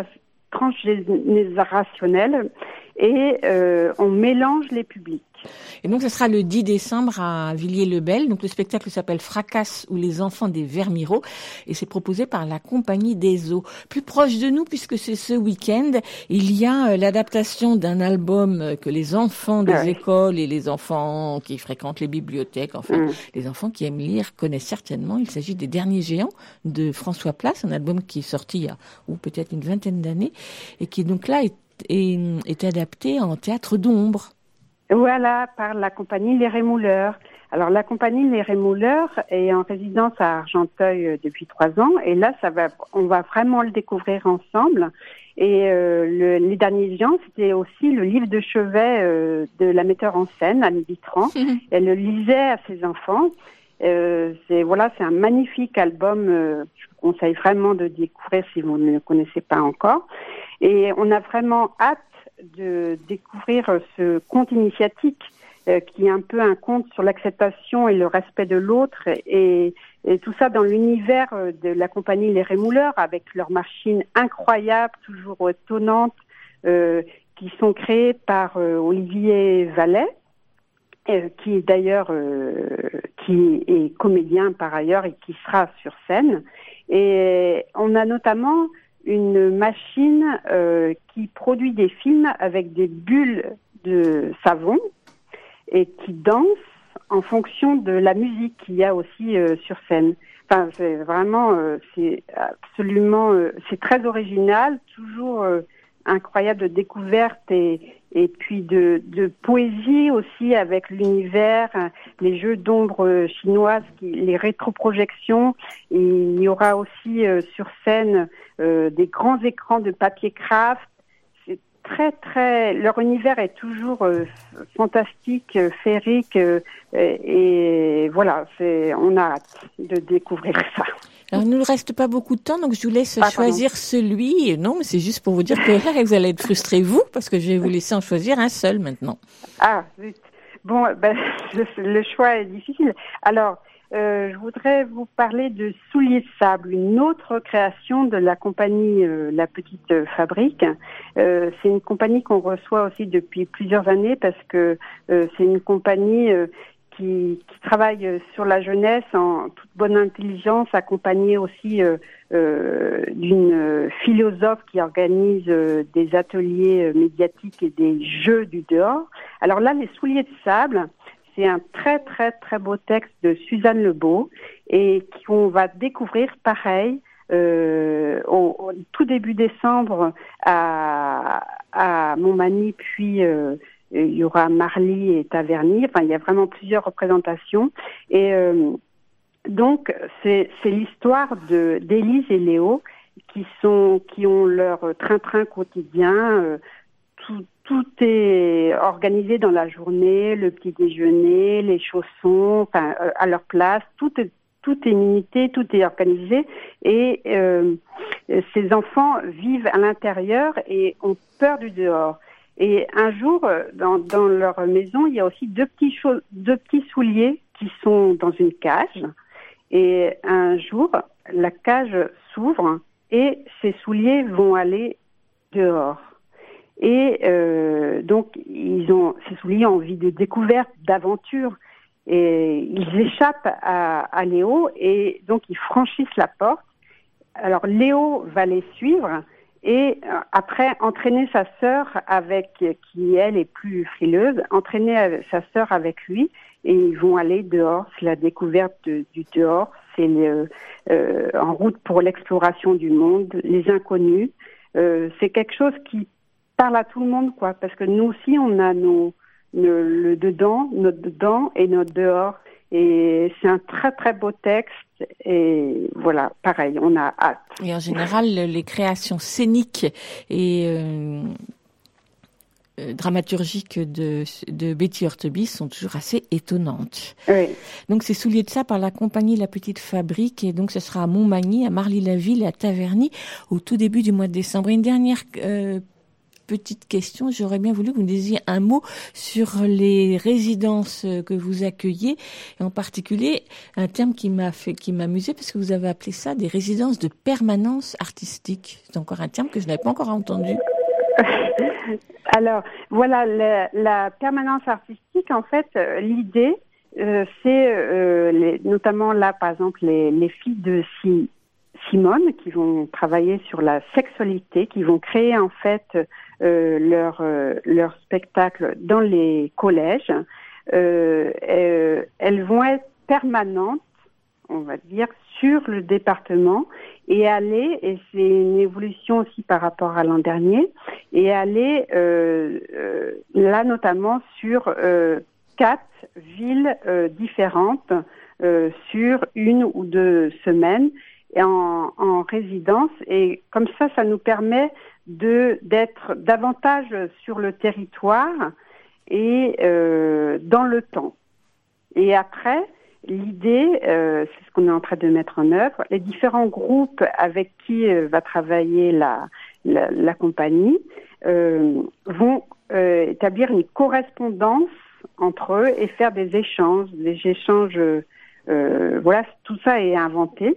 transgénérationnel et euh, on mélange les publics. Et donc, ce sera le dix décembre à Villiers-le-Bel. Donc, le spectacle s'appelle Fracasse ou les enfants des Vermireaux et c'est proposé par la Compagnie des Eaux. Plus proche de nous, puisque c'est ce week-end, il y a euh, l'adaptation d'un album euh, que les enfants des ouais. écoles et les enfants qui fréquentent les bibliothèques, enfin, mmh. les enfants qui aiment lire connaissent certainement. Il s'agit des Derniers Géants de François Place, un album qui est sorti il y a, ou peut-être une vingtaine d'années et qui donc là est, est, est adapté en théâtre d'ombre. Voilà, par la compagnie Les Rémouleurs. Alors la compagnie Les Rémouleurs est en résidence à Argenteuil depuis trois ans et là ça va, on va vraiment le découvrir ensemble. Et euh, le, Les Derniers Géants, c'était aussi le livre de chevet euh, de la metteur en scène Anne Bitran. Elle le lisait à ses enfants. Euh, c'est voilà, c'est un magnifique album. Euh, je vous conseille vraiment de découvrir si vous ne le connaissez pas encore. Et on a vraiment hâte de découvrir ce conte initiatique euh, qui est un peu un conte sur l'acceptation et le respect de l'autre et, et tout ça dans l'univers de la compagnie Les Rémouleurs avec leurs machines incroyables, toujours étonnantes, euh, qui sont créées par euh, Olivier Vallet, euh, qui d'ailleurs euh, qui est comédien par ailleurs et qui sera sur scène. Et on a notamment une machine euh, qui produit des films avec des bulles de savon et qui danse en fonction de la musique qu'il y a aussi euh, sur scène. Enfin, c'est vraiment, euh, c'est absolument, euh, c'est très original, toujours euh, incroyable de découverte et, et puis de, de poésie aussi avec l'univers, hein, les jeux d'ombre chinoises, qui, les rétroprojections. Et il y aura aussi euh, sur scène euh, des grands écrans de papier craft. C'est très très, leur univers est toujours euh, fantastique, euh, féerique euh, et, et voilà, c'est, on a hâte de découvrir ça. Alors, il ne nous reste pas beaucoup de temps, donc je vous laisse ah, choisir pardon. celui. Non, mais c'est juste pour vous dire que là, vous allez être frustrés, vous, parce que je vais vous laisser en choisir un seul maintenant. Ah, zut. Bon, ben, le, le choix est difficile. Alors, euh, je voudrais vous parler de Souliers de sable, une autre création de la compagnie euh, La Petite Fabrique. Euh, c'est une compagnie qu'on reçoit aussi depuis plusieurs années parce que euh, c'est une compagnie... Euh, Qui, qui travaille sur la jeunesse en toute bonne intelligence, accompagnée aussi euh, euh, d'une philosophe qui organise euh, des ateliers médiatiques et des jeux du dehors. Alors là, Les Souliers de sable, c'est un très très très beau texte de Suzanne Lebeau et qu'on va découvrir pareil euh, au, au tout début décembre à, à Montmagny, puis euh, il y aura Marly et Taverny, enfin il y a vraiment plusieurs représentations et euh, donc c'est c'est l'histoire de d'Élise et Léo qui sont qui ont leur train-train quotidien, euh, tout tout est organisé dans la journée, le petit déjeuner, les chaussons, enfin euh, à leur place, tout est tout est minité, tout est organisé et euh, ces enfants vivent à l'intérieur et ont peur du dehors. Et un jour, dans, dans leur maison, il y a aussi deux petits, cho- deux petits souliers qui sont dans une cage. Et un jour, la cage s'ouvre et ces souliers vont aller dehors. Et euh, donc, ils ont, ces souliers ont envie de découverte, d'aventure. Et ils échappent à, à Léo et donc ils franchissent la porte. Alors Léo va les suivre. Et après, entraîner sa sœur avec, qui elle est plus frileuse, entraîner sa sœur avec lui et ils vont aller dehors. C'est la découverte de, du dehors. C'est le, euh, en route pour l'exploration du monde, les inconnus. Euh, c'est quelque chose qui parle à tout le monde, quoi. Parce que nous aussi, on a nos, nos, le dedans, notre dedans et notre dehors. Et c'est un très très beau texte et voilà, pareil, on a hâte. Et en général, les créations scéniques et euh, euh, dramaturgiques de, de Betty Hurtubise sont toujours assez étonnantes. Oui. Donc c'est Souliers de ça par la compagnie La Petite Fabrique, et donc ce sera à Montmagny, à Marly-la-Ville, à Taverny, au tout début du mois de décembre. Une dernière euh, petite question, j'aurais bien voulu que vous me disiez un mot sur les résidences que vous accueillez, et en particulier un terme qui m'a fait, qui m'a amusé, parce que vous avez appelé ça des résidences de permanence artistique. C'est encore un terme que je n'avais pas encore entendu. Alors, voilà, la, la permanence artistique, en fait, euh, l'idée, euh, c'est euh, les, notamment là, par exemple, les, les filles de si, Simone qui vont travailler sur la sexualité, qui vont créer en fait euh, leur, euh, leur spectacle dans les collèges. Euh, euh, elles vont être permanentes, on va dire, sur le département et aller, et c'est une évolution aussi par rapport à l'an dernier, et aller euh, euh, là notamment sur euh, quatre villes euh, différentes euh, sur une ou deux semaines et en, en résidence, et comme ça, ça nous permet de d'être davantage sur le territoire et euh, dans le temps. Et après, l'idée, euh, c'est ce qu'on est en train de mettre en œuvre, les différents groupes avec qui euh, va travailler la, la, la compagnie euh, vont euh, établir une correspondance entre eux et faire des échanges, des échanges, euh, voilà, tout ça est inventé.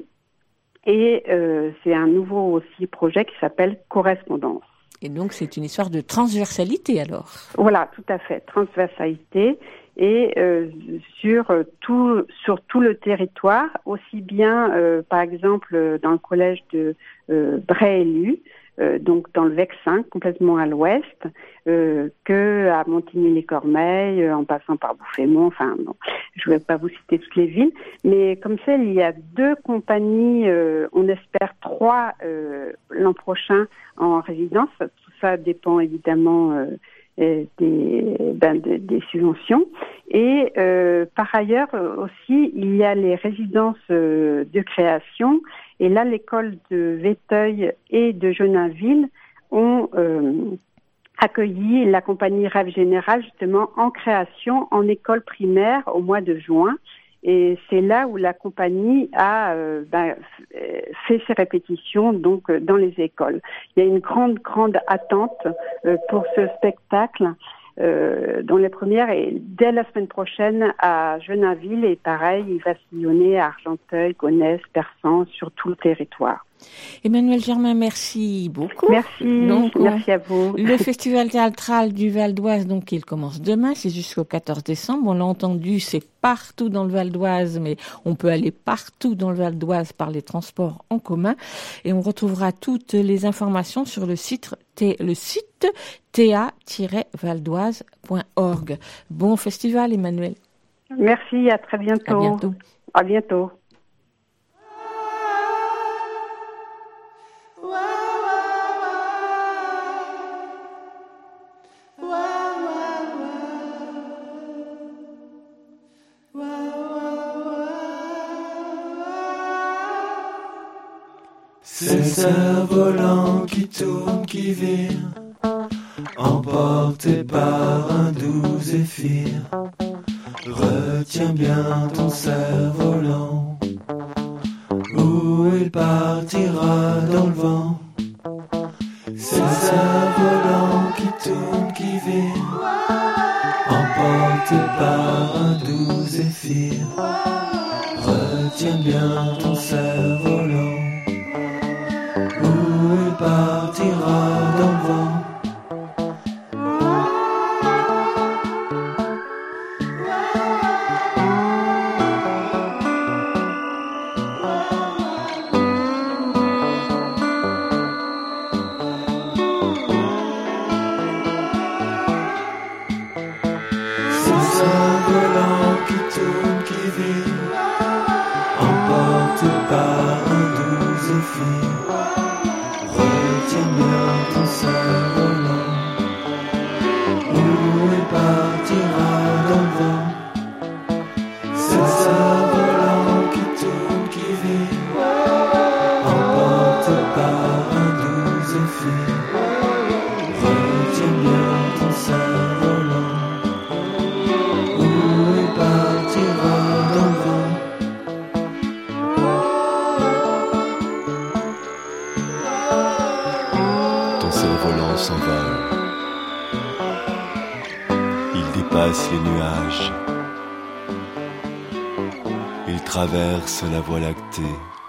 Et euh, c'est un nouveau aussi projet qui s'appelle Correspondance. Et donc c'est une histoire de transversalité alors. Voilà, tout à fait, transversalité, et euh, sur tout sur tout le territoire, aussi bien euh, par exemple dans le collège de euh, Bray-Élu, euh, donc dans le Vexin, complètement à l'ouest, euh, que à Montigny-les-Cormeilles, euh, en passant par Bouffémont, enfin bon, je ne vais pas vous citer toutes les villes, mais comme ça, il y a deux compagnies, euh, on espère trois euh, l'an prochain en résidence. Tout ça dépend évidemment euh, des, ben, des, des subventions. Et euh, par ailleurs aussi, il y a les résidences euh, de création. Et là, l'école de Véteuil et de Genainville ont euh, accueilli la compagnie Rêve Général justement en création en école primaire au mois de juin. Et c'est là où la compagnie a euh, ben, fait ses répétitions donc dans les écoles. Il y a une grande, grande attente euh, pour ce spectacle euh, dont les premières est dès la semaine prochaine à Genainville, et pareil, il va sillonner à Argenteuil, Gonesse, Persan, sur tout le territoire. Emmanuelle Germain, merci beaucoup. Merci, donc, merci à vous. Le festival théâtral du Val d'Oise, donc, il commence demain, c'est jusqu'au quatorze décembre. On l'a entendu, c'est partout dans le Val d'Oise, mais on peut aller partout dans le Val d'Oise par les transports en commun. Et on retrouvera toutes les informations sur le site, le site t a tiret val d'oise point org. Bon festival, Emmanuelle. Merci, à très bientôt. À bientôt. À bientôt. Ces cerfs-volants qui tournent, qui virent, emportés par un doux zéphyr. Retiens bien ton cerf-volant, où il partira dans le vent. Ces cerfs-volants qui tournent, qui virent, emportés par un doux zéphyr. Retiens bien ton cerf-volant, où il partira dans le vent. Retiens bien ton s'envole. Il dépasse les nuages. Il traverse la Voie lactée.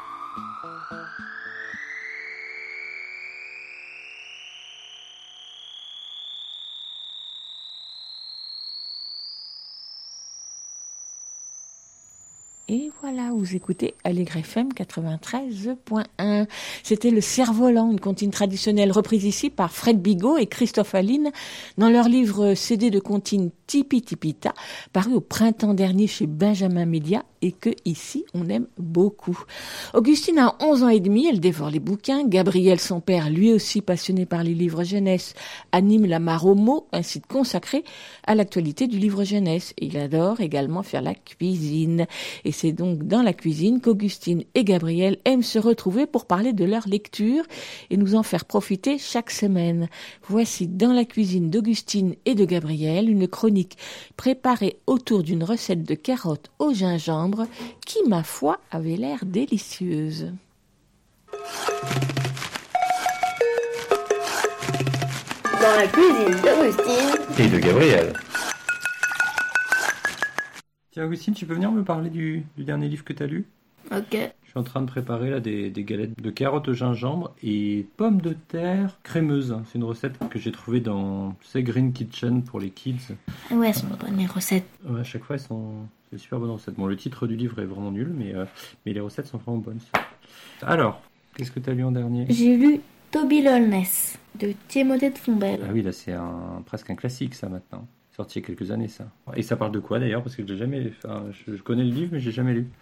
Et voilà, vous écoutez Allegre F M quatre-vingt-treize point un. C'était le Cerf-Volant, une comptine traditionnelle reprise ici par Fred Bigot et Christophe Aline dans leur livre C D de comptine Tipi Tipita, paru au printemps dernier chez Benjamin Média et que ici on aime beaucoup. Augustine a onze ans et demi, elle dévore les bouquins. Gabriel, son père, lui aussi passionné par les livres jeunesse, anime la Mare aux mots, un site consacré à l'actualité du livre jeunesse. Et il adore également faire la cuisine. Et c'est donc dans la cuisine qu'Augustine et Gabriel aiment se retrouver pour parler de leur lecture et nous en faire profiter chaque semaine. Voici dans la cuisine d'Augustine et de Gabriel une chronique préparée autour d'une recette de carottes au gingembre qui, ma foi, avait l'air délicieuse. Dans la cuisine d'Augustine et de Gabriel. Tiens, Augustine, tu peux venir me parler du, du dernier livre que tu as lu ? Ok. Je suis en train de préparer là des, des galettes de carottes au gingembre et pommes de terre crémeuses. C'est une recette que j'ai trouvée dans c'est Green Kitchen pour les kids. Ouais, elles sont bonnes les recettes. Ouais, à chaque fois, elles sont c'est super bonnes recettes. Bon, le titre du livre est vraiment nul, mais, euh, mais les recettes sont vraiment bonnes. Alors, qu'est-ce que tu as lu en dernier ? J'ai lu Toby Lolness de Timothée de Fombelle. Ah oui, là c'est un, presque un classique ça maintenant. Sorti il y a quelques années ça. Et ça parle de quoi d'ailleurs ? Parce que j'ai jamais, enfin, je, je connais le livre mais j'ai jamais lu.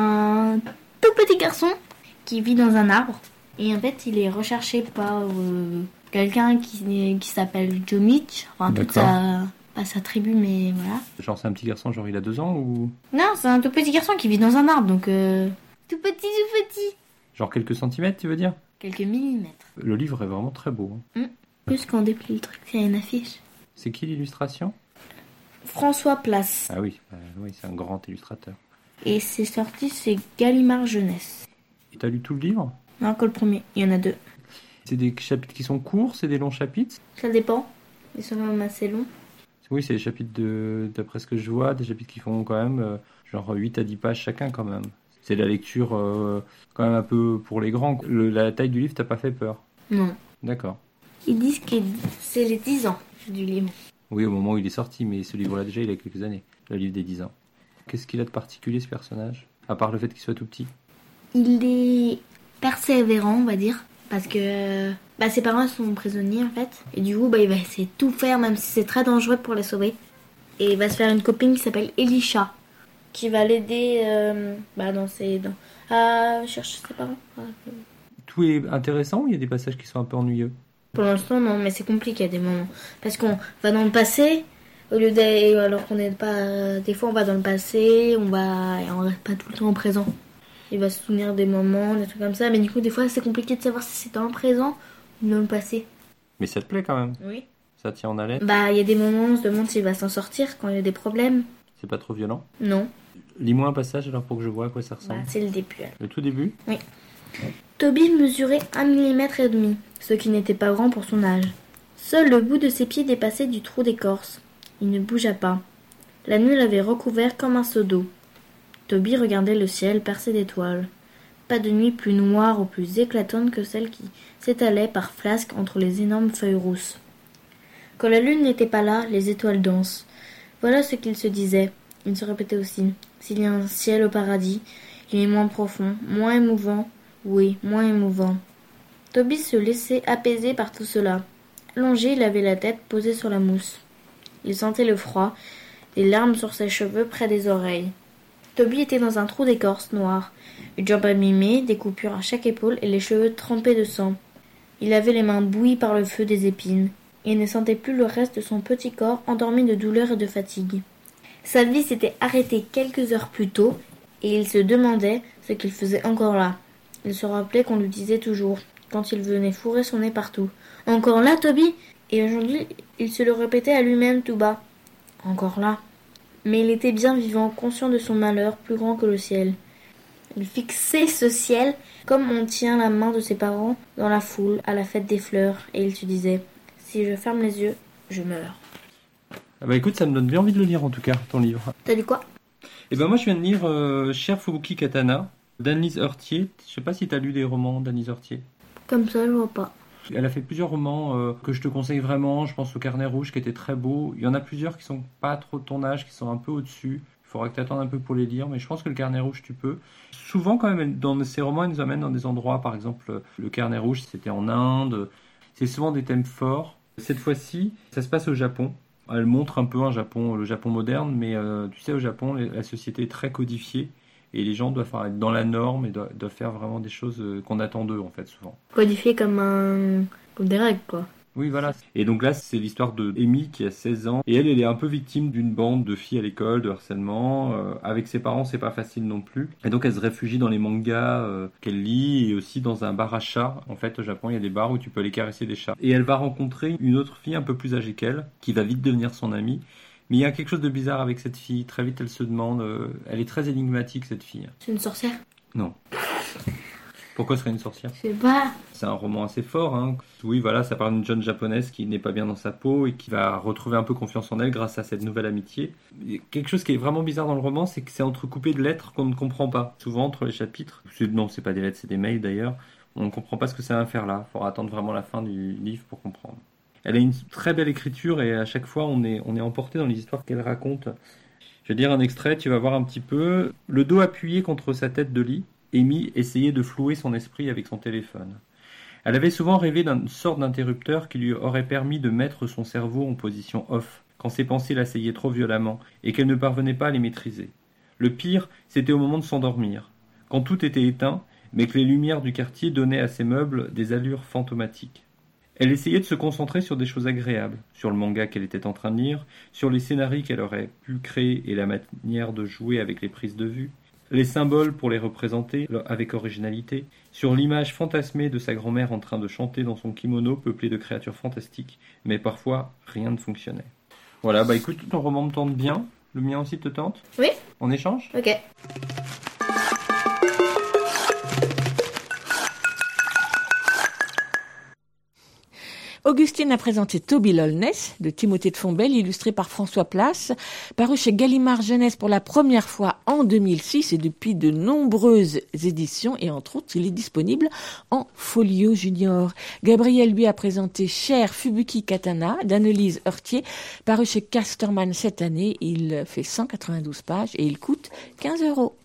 Un tout petit garçon qui vit dans un arbre et en fait il est recherché par euh, quelqu'un qui, qui s'appelle Joe Mitch, enfin toute sa, pas sa tribu mais voilà. Genre c'est un petit garçon genre il a deux ans ou ? Non, c'est un tout petit garçon qui vit dans un arbre donc euh, tout petit tout petit. Genre quelques centimètres tu veux dire ? Quelques millimètres. Le livre est vraiment très beau. Hein. Mmh. Plus qu'on déplie le truc, c'est une affiche. C'est qui l'illustration ? François Place. Ah oui, euh, oui, c'est un grand illustrateur. Et c'est sorti, c'est Gallimard Jeunesse. Et t'as lu tout le livre ? Non, que le premier, il y en a deux. C'est des chapitres qui sont courts, c'est des longs chapitres ? Ça dépend, ils sont même assez longs. Oui, c'est des chapitres, de, d'après ce que je vois, des chapitres qui font quand même euh, genre huit à dix pages chacun quand même. C'est de la lecture euh, quand même un peu pour les grands. Le, la taille du livre t'a pas fait peur ? Non. D'accord. Ils disent que c'est les dix ans du livre. Oui, au moment où il est sorti, mais ce livre-là déjà, il a quelques années, le livre des dix ans. Qu'est-ce qu'il a de particulier, ce personnage ? À part le fait qu'il soit tout petit ? Il est persévérant, on va dire, parce que bah, ses parents sont prisonniers, en fait. Et du coup, bah, il va essayer de tout faire, même si c'est très dangereux pour les sauver. Et il va se faire une copine qui s'appelle Elisha, qui va l'aider euh, bah, dans ses, dans, à chercher ses parents. Tout est intéressant ou il y a des passages qui sont un peu ennuyeux ? Pour l'instant, non, mais c'est compliqué à des moments. Parce qu'on va dans le passé, au lieu d'aller, alors qu'on n'est pas... Des fois, on va dans le passé, on va... Et on reste pas tout le temps au présent. Il va se souvenir des moments, des trucs comme ça. Mais du coup, des fois, c'est compliqué de savoir si c'est dans le présent ou dans le passé. Mais ça te plaît quand même ? Oui. Ça tient en haleine ? Bah, il y a des moments où on se demande s'il va s'en sortir quand il y a des problèmes. C'est pas trop violent ? Non. Lis-moi un passage alors pour que je vois à quoi ça ressemble. Bah, c'est le début. Alors. Le tout début ? Oui. Toby mesurait un millimètre et demi, ce qui n'était pas grand pour son âge. Seul le bout de ses pieds dépassait du trou d'écorce. Il ne bougea pas. La nuit l'avait recouvert comme un seau d'eau. Toby regardait le ciel percé d'étoiles. Pas de nuit plus noire ou plus éclatante que celle qui s'étalait par flasques entre les énormes feuilles rousses. Quand la lune n'était pas là, les étoiles dansent. Voilà ce qu'il se disait. Il se répétait aussi. S'il y a un ciel au paradis, il est moins profond, moins émouvant. Oui, moins émouvant. Toby se laissait apaiser par tout cela. Allongé, il avait la tête posée sur la mousse. Il sentait le froid, des larmes sur ses cheveux près des oreilles. Toby était dans un trou d'écorce noire, une jambe abîmée, des coupures à chaque épaule et les cheveux trempés de sang. Il avait les mains bouillies par le feu des épines. Il ne sentait plus le reste de son petit corps endormi de douleur et de fatigue. Sa vie s'était arrêtée quelques heures plus tôt et il se demandait ce qu'il faisait encore là. Il se rappelait qu'on lui disait toujours, quand il venait fourrer son nez partout. « Encore là, Toby ?» Et aujourd'hui, il se le répétait à lui-même tout bas. « Encore là ?» Mais il était bien vivant, conscient de son malheur, plus grand que le ciel. Il fixait ce ciel comme on tient la main de ses parents dans la foule, à la fête des fleurs, et il se disait « Si je ferme les yeux, je meurs. Ah bah écoute, ça me donne bien envie de le lire en tout cas, ton livre. T'as lu quoi? Eh ben moi je viens de lire euh, Cher Fubuki Katana, d'Annelise Heurtier. Je sais pas si t'as lu les romans d'Annelise Heurtier. Comme ça, je vois pas. Elle a fait plusieurs romans euh, que je te conseille vraiment. Je pense au Carnet Rouge qui était très beau. Il y en a plusieurs qui sont pas trop de ton âge, qui sont un peu au-dessus. Il faudra que tu attendes un peu pour les lire, mais je pense que le Carnet Rouge, tu peux. Souvent, quand même, dans ces romans, elle nous amène dans des endroits, par exemple, le Carnet Rouge, c'était en Inde. C'est souvent des thèmes forts. Cette fois-ci, ça se passe au Japon. Elle montre un peu un Japon, le Japon moderne, mais euh, tu sais, au Japon, la société est très codifiée. Et les gens doivent être dans la norme et doivent, doivent faire vraiment des choses qu'on attend d'eux, en fait, souvent. Codifié comme un... comme des règles, quoi. Oui, voilà. Et donc là, c'est l'histoire de Amy qui a seize ans. Et elle, elle est un peu victime d'une bande de filles à l'école, de harcèlement. Euh, avec ses parents, c'est pas facile non plus. Et donc, elle se réfugie dans les mangas euh, qu'elle lit et aussi dans un bar à chats. En fait, au Japon, il y a des bars où tu peux aller caresser des chats. Et elle va rencontrer une autre fille un peu plus âgée qu'elle, qui va vite devenir son amie. Mais il y a quelque chose de bizarre avec cette fille. Très vite, elle se demande... Euh, elle est très énigmatique, cette fille. C'est une sorcière? Non. Pourquoi serait une sorcière? Je sais pas. C'est un roman assez fort. Hein. Oui, voilà, ça parle d'une jeune japonaise qui n'est pas bien dans sa peau et qui va retrouver un peu confiance en elle grâce à cette nouvelle amitié. Et quelque chose qui est vraiment bizarre dans le roman, c'est que c'est entrecoupé de lettres qu'on ne comprend pas. Souvent, entre les chapitres. C'est, non, c'est pas des lettres, c'est des mails d'ailleurs. On ne comprend pas ce que ça va faire là. Il faudra attendre vraiment la fin du livre pour comprendre. Elle a une très belle écriture et à chaque fois on est, on est emporté dans les histoires qu'elle raconte. Je vais dire un extrait, tu vas voir un petit peu. Le dos appuyé contre sa tête de lit, Amy essayait de flouer son esprit avec son téléphone. Elle avait souvent rêvé d'une sorte d'interrupteur qui lui aurait permis de mettre son cerveau en position off quand ses pensées l'assaillaient trop violemment et qu'elle ne parvenait pas à les maîtriser. Le pire, c'était au moment de s'endormir, quand tout était éteint, mais que les lumières du quartier donnaient à ses meubles des allures fantomatiques. Elle essayait de se concentrer sur des choses agréables, sur le manga qu'elle était en train de lire, sur les scénarios qu'elle aurait pu créer et la manière de jouer avec les prises de vue, les symboles pour les représenter avec originalité, sur l'image fantasmée de sa grand-mère en train de chanter dans son kimono peuplé de créatures fantastiques, mais parfois rien ne fonctionnait. Voilà, bah écoute, ton roman me tente bien, le mien aussi te tente? Oui. On échange? Ok. Augustine a présenté Toby Lolness de Timothée de Fombelle, illustré par François Place, paru chez Gallimard Jeunesse pour la première fois en deux mille six et depuis de nombreuses éditions, et entre autres, il est disponible en folio junior. Gabriel lui a présenté Cher Fubuki Katana d'Annelise Heurtier, paru chez Casterman cette année. Il fait cent quatre-vingt-douze pages et il coûte quinze euros.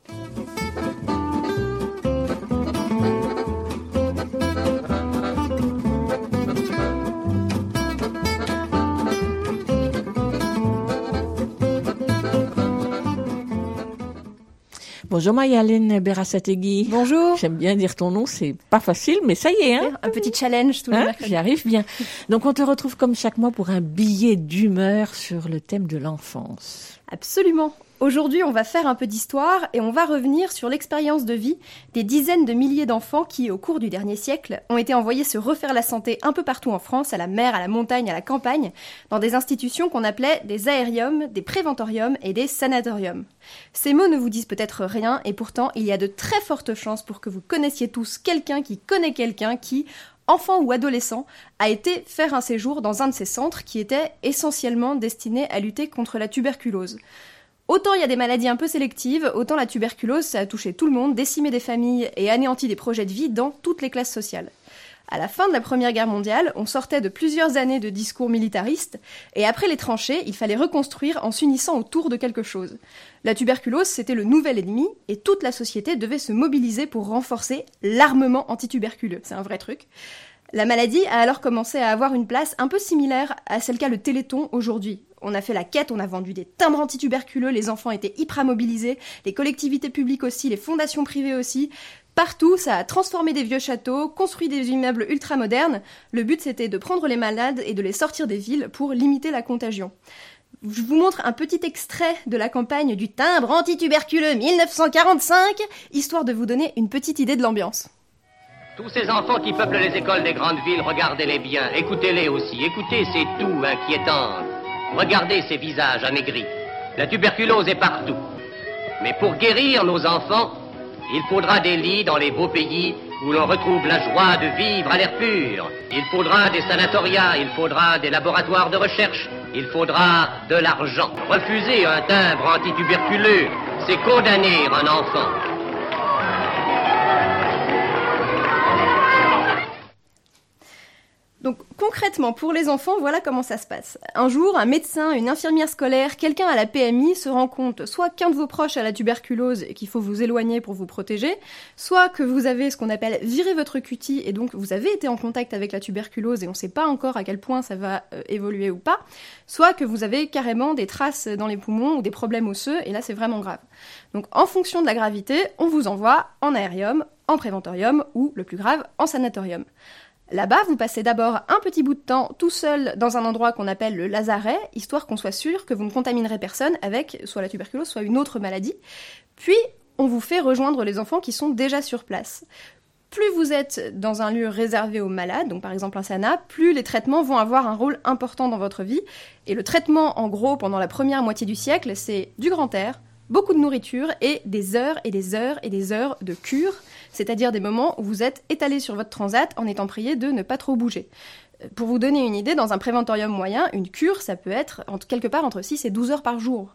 Bonjour Mayalène Berasategui. Bonjour. J'aime bien dire ton nom, c'est pas facile, mais ça y est. Hein un petit challenge tous les hein mercredis. J'y arrive bien. Donc on te retrouve comme chaque mois pour un billet d'humeur sur le thème de l'enfance. Absolument. Aujourd'hui, on va faire un peu d'histoire et on va revenir sur l'expérience de vie des dizaines de milliers d'enfants qui, au cours du dernier siècle, ont été envoyés se refaire la santé un peu partout en France, à la mer, à la montagne, à la campagne, dans des institutions qu'on appelait des aériums, des préventoriums et des sanatoriums. Ces mots ne vous disent peut-être rien et pourtant, il y a de très fortes chances pour que vous connaissiez tous quelqu'un qui connaît quelqu'un qui, enfant ou adolescent, a été faire un séjour dans un de ces centres qui était essentiellement destiné à lutter contre la tuberculose. Autant il y a des maladies un peu sélectives, autant la tuberculose, ça a touché tout le monde, décimé des familles et anéanti des projets de vie dans toutes les classes sociales. À la fin de la Première Guerre mondiale, on sortait de plusieurs années de discours militaristes, et après les tranchées, il fallait reconstruire en s'unissant autour de quelque chose. La tuberculose, c'était le nouvel ennemi, et toute la société devait se mobiliser pour renforcer l'armement antituberculeux. C'est un vrai truc. La maladie a alors commencé à avoir une place un peu similaire à celle qu'a le Téléthon aujourd'hui. On a fait la quête, on a vendu des timbres antituberculeux, les enfants étaient hyper mobilisés, les collectivités publiques aussi, les fondations privées aussi. Partout, ça a transformé des vieux châteaux, construit des immeubles ultra-modernes. Le but, c'était de prendre les malades et de les sortir des villes pour limiter la contagion. Je vous montre un petit extrait de la campagne du timbre antituberculeux mille neuf cent quarante-cinq, histoire de vous donner une petite idée de l'ambiance. Tous ces enfants qui peuplent les écoles des grandes villes, regardez-les bien, écoutez-les aussi, écoutez ces toux inquiétantes. Regardez ces visages amaigris. La tuberculose est partout. Mais pour guérir nos enfants, il faudra des lits dans les beaux pays où l'on retrouve la joie de vivre à l'air pur. Il faudra des sanatoria, il faudra des laboratoires de recherche, il faudra de l'argent. Refuser un timbre antituberculeux, c'est condamner un enfant. Donc concrètement, pour les enfants, voilà comment ça se passe. Un jour, un médecin, une infirmière scolaire, quelqu'un à la P M I se rend compte soit qu'un de vos proches a la tuberculose et qu'il faut vous éloigner pour vous protéger, soit que vous avez ce qu'on appelle viré votre cutie et donc vous avez été en contact avec la tuberculose et on ne sait pas encore à quel point ça va euh, évoluer ou pas, soit que vous avez carrément des traces dans les poumons ou des problèmes osseux et là c'est vraiment grave. Donc en fonction de la gravité, on vous envoie en aérium, en préventorium ou, le plus grave, en sanatorium. Là-bas, vous passez d'abord un petit bout de temps tout seul dans un endroit qu'on appelle le lazaret, histoire qu'on soit sûr que vous ne contaminerez personne avec soit la tuberculose, soit une autre maladie. Puis, on vous fait rejoindre les enfants qui sont déjà sur place. Plus vous êtes dans un lieu réservé aux malades, donc par exemple un sana, plus les traitements vont avoir un rôle important dans votre vie. Et le traitement, en gros, pendant la première moitié du siècle, c'est du grand air, beaucoup de nourriture et des heures et des heures et des heures de cure, c'est-à-dire des moments où vous êtes étalé sur votre transat en étant prié de ne pas trop bouger. Pour vous donner une idée, dans un préventorium moyen, une cure, ça peut être entre, quelque part entre six et douze heures par jour.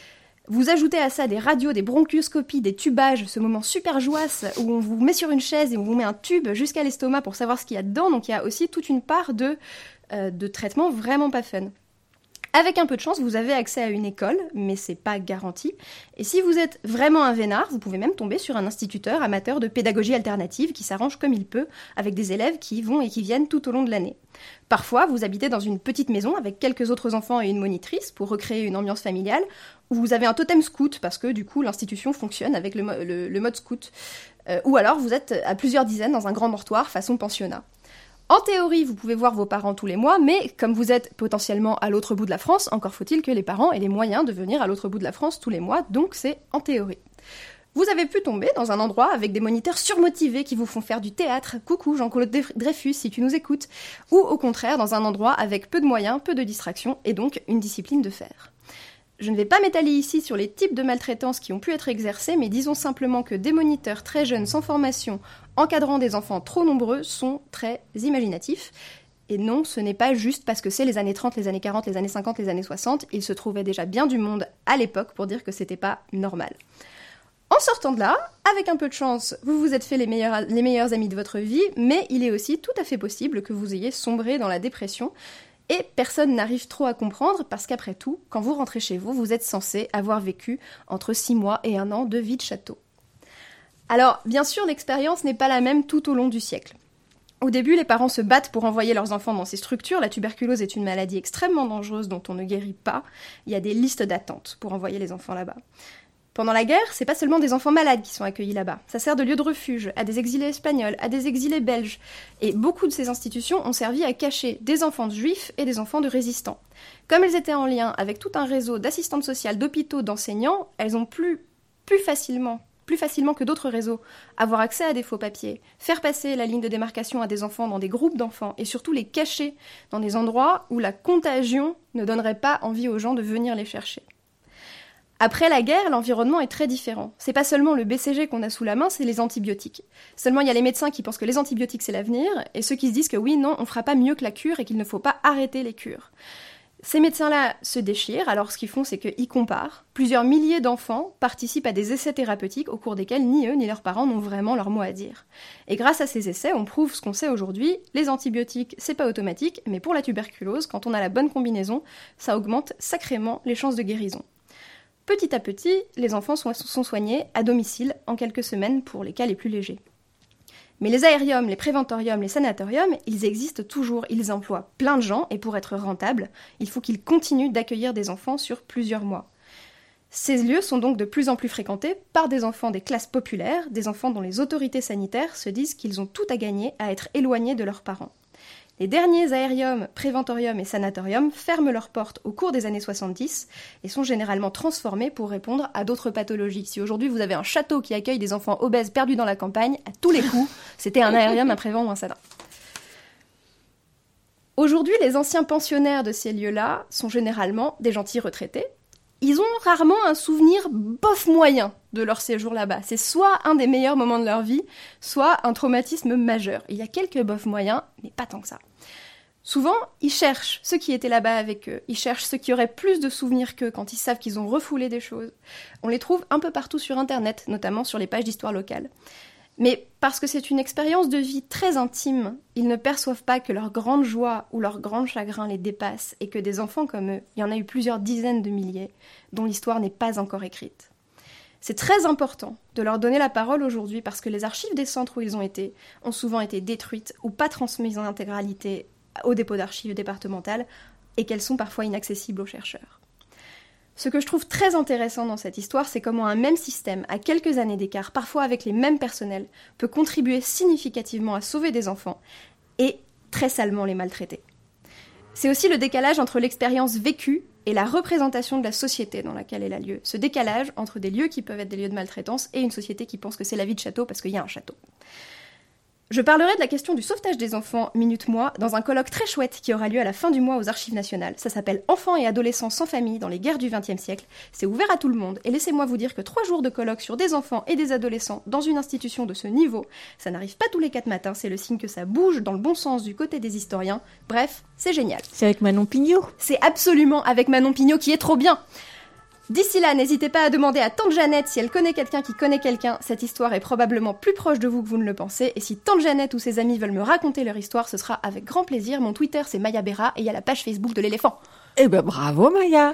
Vous ajoutez à ça des radios, des bronchioscopies, des tubages, ce moment super jouasse où on vous met sur une chaise et on vous met un tube jusqu'à l'estomac pour savoir ce qu'il y a dedans, donc il y a aussi toute une part de, euh, de traitement vraiment pas fun. Avec un peu de chance, vous avez accès à une école, mais c'est pas garanti. Et si vous êtes vraiment un vénard, vous pouvez même tomber sur un instituteur amateur de pédagogie alternative qui s'arrange comme il peut, avec des élèves qui vont et qui viennent tout au long de l'année. Parfois, vous habitez dans une petite maison avec quelques autres enfants et une monitrice pour recréer une ambiance familiale, ou vous avez un totem scout, parce que du coup, l'institution fonctionne avec le, mo- le, le mode scout. Euh, ou alors, vous êtes à plusieurs dizaines dans un grand dortoir façon pensionnat. En théorie, vous pouvez voir vos parents tous les mois, mais comme vous êtes potentiellement à l'autre bout de la France, encore faut-il que les parents aient les moyens de venir à l'autre bout de la France tous les mois, donc c'est en théorie. Vous avez pu tomber dans un endroit avec des moniteurs surmotivés qui vous font faire du théâtre, coucou Jean-Claude Dreyfus si tu nous écoutes, ou au contraire dans un endroit avec peu de moyens, peu de distractions, et donc une discipline de fer. Je ne vais pas m'étaler ici sur les types de maltraitance qui ont pu être exercés, mais disons simplement que des moniteurs très jeunes sans formation, encadrant des enfants trop nombreux, sont très imaginatifs. Et non, ce n'est pas juste parce que c'est les années trente, les années quarante, les années cinquante, les années soixante, il se trouvait déjà bien du monde à l'époque pour dire que c'était pas normal. En sortant de là, avec un peu de chance, vous vous êtes fait les meilleurs, les meilleurs amis de votre vie, mais il est aussi tout à fait possible que vous ayez sombré dans la dépression. Et personne n'arrive trop à comprendre parce qu'après tout, quand vous rentrez chez vous, vous êtes censé avoir vécu entre six mois et un an de vie de château. Alors, bien sûr, l'expérience n'est pas la même tout au long du siècle. Au début, les parents se battent pour envoyer leurs enfants dans ces structures. La tuberculose est une maladie extrêmement dangereuse dont on ne guérit pas. Il y a des listes d'attente pour envoyer les enfants là-bas. Pendant la guerre, c'est pas seulement des enfants malades qui sont accueillis là-bas. Ça sert de lieu de refuge à des exilés espagnols, à des exilés belges. Et beaucoup de ces institutions ont servi à cacher des enfants de juifs et des enfants de résistants. Comme elles étaient en lien avec tout un réseau d'assistantes sociales, d'hôpitaux, d'enseignants, elles ont pu plus facilement, plus facilement que d'autres réseaux, avoir accès à des faux papiers, faire passer la ligne de démarcation à des enfants dans des groupes d'enfants et surtout les cacher dans des endroits où la contagion ne donnerait pas envie aux gens de venir les chercher. Après la guerre, l'environnement est très différent. C'est pas seulement le B C G qu'on a sous la main, c'est les antibiotiques. Seulement, il y a les médecins qui pensent que les antibiotiques c'est l'avenir, et ceux qui se disent que oui, non, on fera pas mieux que la cure et qu'il ne faut pas arrêter les cures. Ces médecins-là se déchirent, alors ce qu'ils font, c'est qu'ils comparent. Plusieurs milliers d'enfants participent à des essais thérapeutiques au cours desquels ni eux ni leurs parents n'ont vraiment leur mot à dire. Et grâce à ces essais, on prouve ce qu'on sait aujourd'hui, les antibiotiques, c'est pas automatique, mais pour la tuberculose, quand on a la bonne combinaison, ça augmente sacrément les chances de guérison. Petit à petit, les enfants sont, sont soignés à domicile en quelques semaines pour les cas les plus légers. Mais les aériums, les préventoriums, les sanatoriums, ils existent toujours, ils emploient plein de gens et pour être rentables, il faut qu'ils continuent d'accueillir des enfants sur plusieurs mois. Ces lieux sont donc de plus en plus fréquentés par des enfants des classes populaires, des enfants dont les autorités sanitaires se disent qu'ils ont tout à gagner à être éloignés de leurs parents. Les derniers aériums, préventoriums et sanatoriums ferment leurs portes au cours des années soixante-dix et sont généralement transformés pour répondre à d'autres pathologies. Si aujourd'hui vous avez un château qui accueille des enfants obèses perdus dans la campagne, à tous les coups, c'était un aérium, un prévent ou un sana. Aujourd'hui, les anciens pensionnaires de ces lieux-là sont généralement des gentils retraités, ils ont rarement un souvenir bof moyen de leur séjour là-bas. C'est soit un des meilleurs moments de leur vie, soit un traumatisme majeur. Il y a quelques bofs moyens, mais pas tant que ça. Souvent, ils cherchent ceux qui étaient là-bas avec eux. Ils cherchent ceux qui auraient plus de souvenirs qu'eux quand ils savent qu'ils ont refoulé des choses. On les trouve un peu partout sur Internet, notamment sur les pages d'histoire locale. Mais parce que c'est une expérience de vie très intime, ils ne perçoivent pas que leur grande joie ou leur grand chagrin les dépasse et que des enfants comme eux, il y en a eu plusieurs dizaines de milliers, dont l'histoire n'est pas encore écrite. C'est très important de leur donner la parole aujourd'hui parce que les archives des centres où ils ont été ont souvent été détruites ou pas transmises en intégralité au dépôt d'archives départemental et qu'elles sont parfois inaccessibles aux chercheurs. Ce que je trouve très intéressant dans cette histoire, c'est comment un même système, à quelques années d'écart, parfois avec les mêmes personnels, peut contribuer significativement à sauver des enfants et très salement les maltraiter. C'est aussi le décalage entre l'expérience vécue et la représentation de la société dans laquelle elle a lieu. Ce décalage entre des lieux qui peuvent être des lieux de maltraitance et une société qui pense que c'est la vie de château parce qu'il y a un château. Je parlerai de la question du sauvetage des enfants minute-mois dans un colloque très chouette qui aura lieu à la fin du mois aux Archives nationales. Ça s'appelle « Enfants et adolescents sans famille dans les guerres du vingtième siècle ». C'est ouvert à tout le monde et laissez-moi vous dire que trois jours de colloque sur des enfants et des adolescents dans une institution de ce niveau, ça n'arrive pas tous les quatre matins, c'est le signe que ça bouge dans le bon sens du côté des historiens. Bref, c'est génial. C'est avec Manon Pignot. C'est absolument avec Manon Pignot qui est trop bien. D'ici là, n'hésitez pas à demander à Tante Jeannette si elle connaît quelqu'un qui connaît quelqu'un. Cette histoire est probablement plus proche de vous que vous ne le pensez. Et si Tante Jeannette ou ses amis veulent me raconter leur histoire, ce sera avec grand plaisir. Mon Twitter, c'est Maya Béra et il y a la page Facebook de l'éléphant. Eh ben bravo Maya.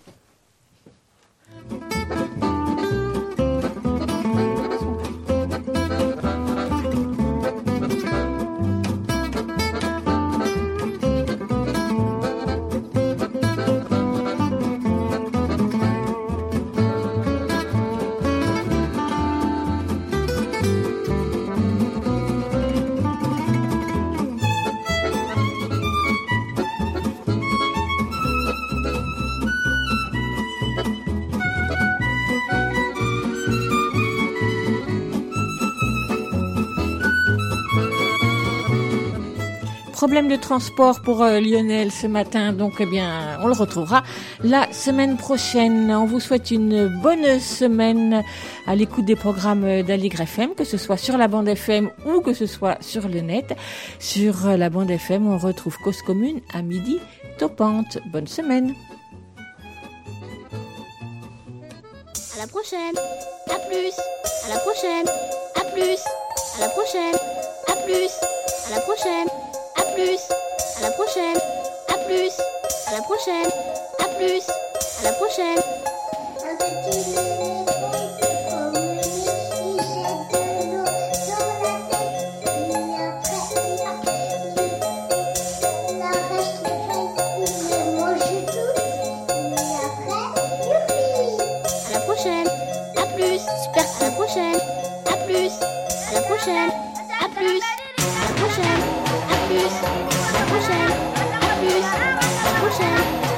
Problème de transport pour euh, Lionel ce matin, donc eh bien on le retrouvera la semaine prochaine. On vous souhaite une bonne semaine à l'écoute des programmes d'Aligre F M, que ce soit sur la bande F M ou que ce soit sur le net. Sur la bande F M, on retrouve Cause Commune à midi topante. Bonne semaine. À la prochaine. À plus. À la prochaine. À plus. À la prochaine. À plus. À la prochaine. À plus. À la prochaine. À plus. À la prochaine. À plus. À la prochaine. À la prochaine. À plus. Super. À la prochaine. À plus. À la prochaine. À plus. À la prochaine. À plus. À la prochaine. À plus. À la prochaine.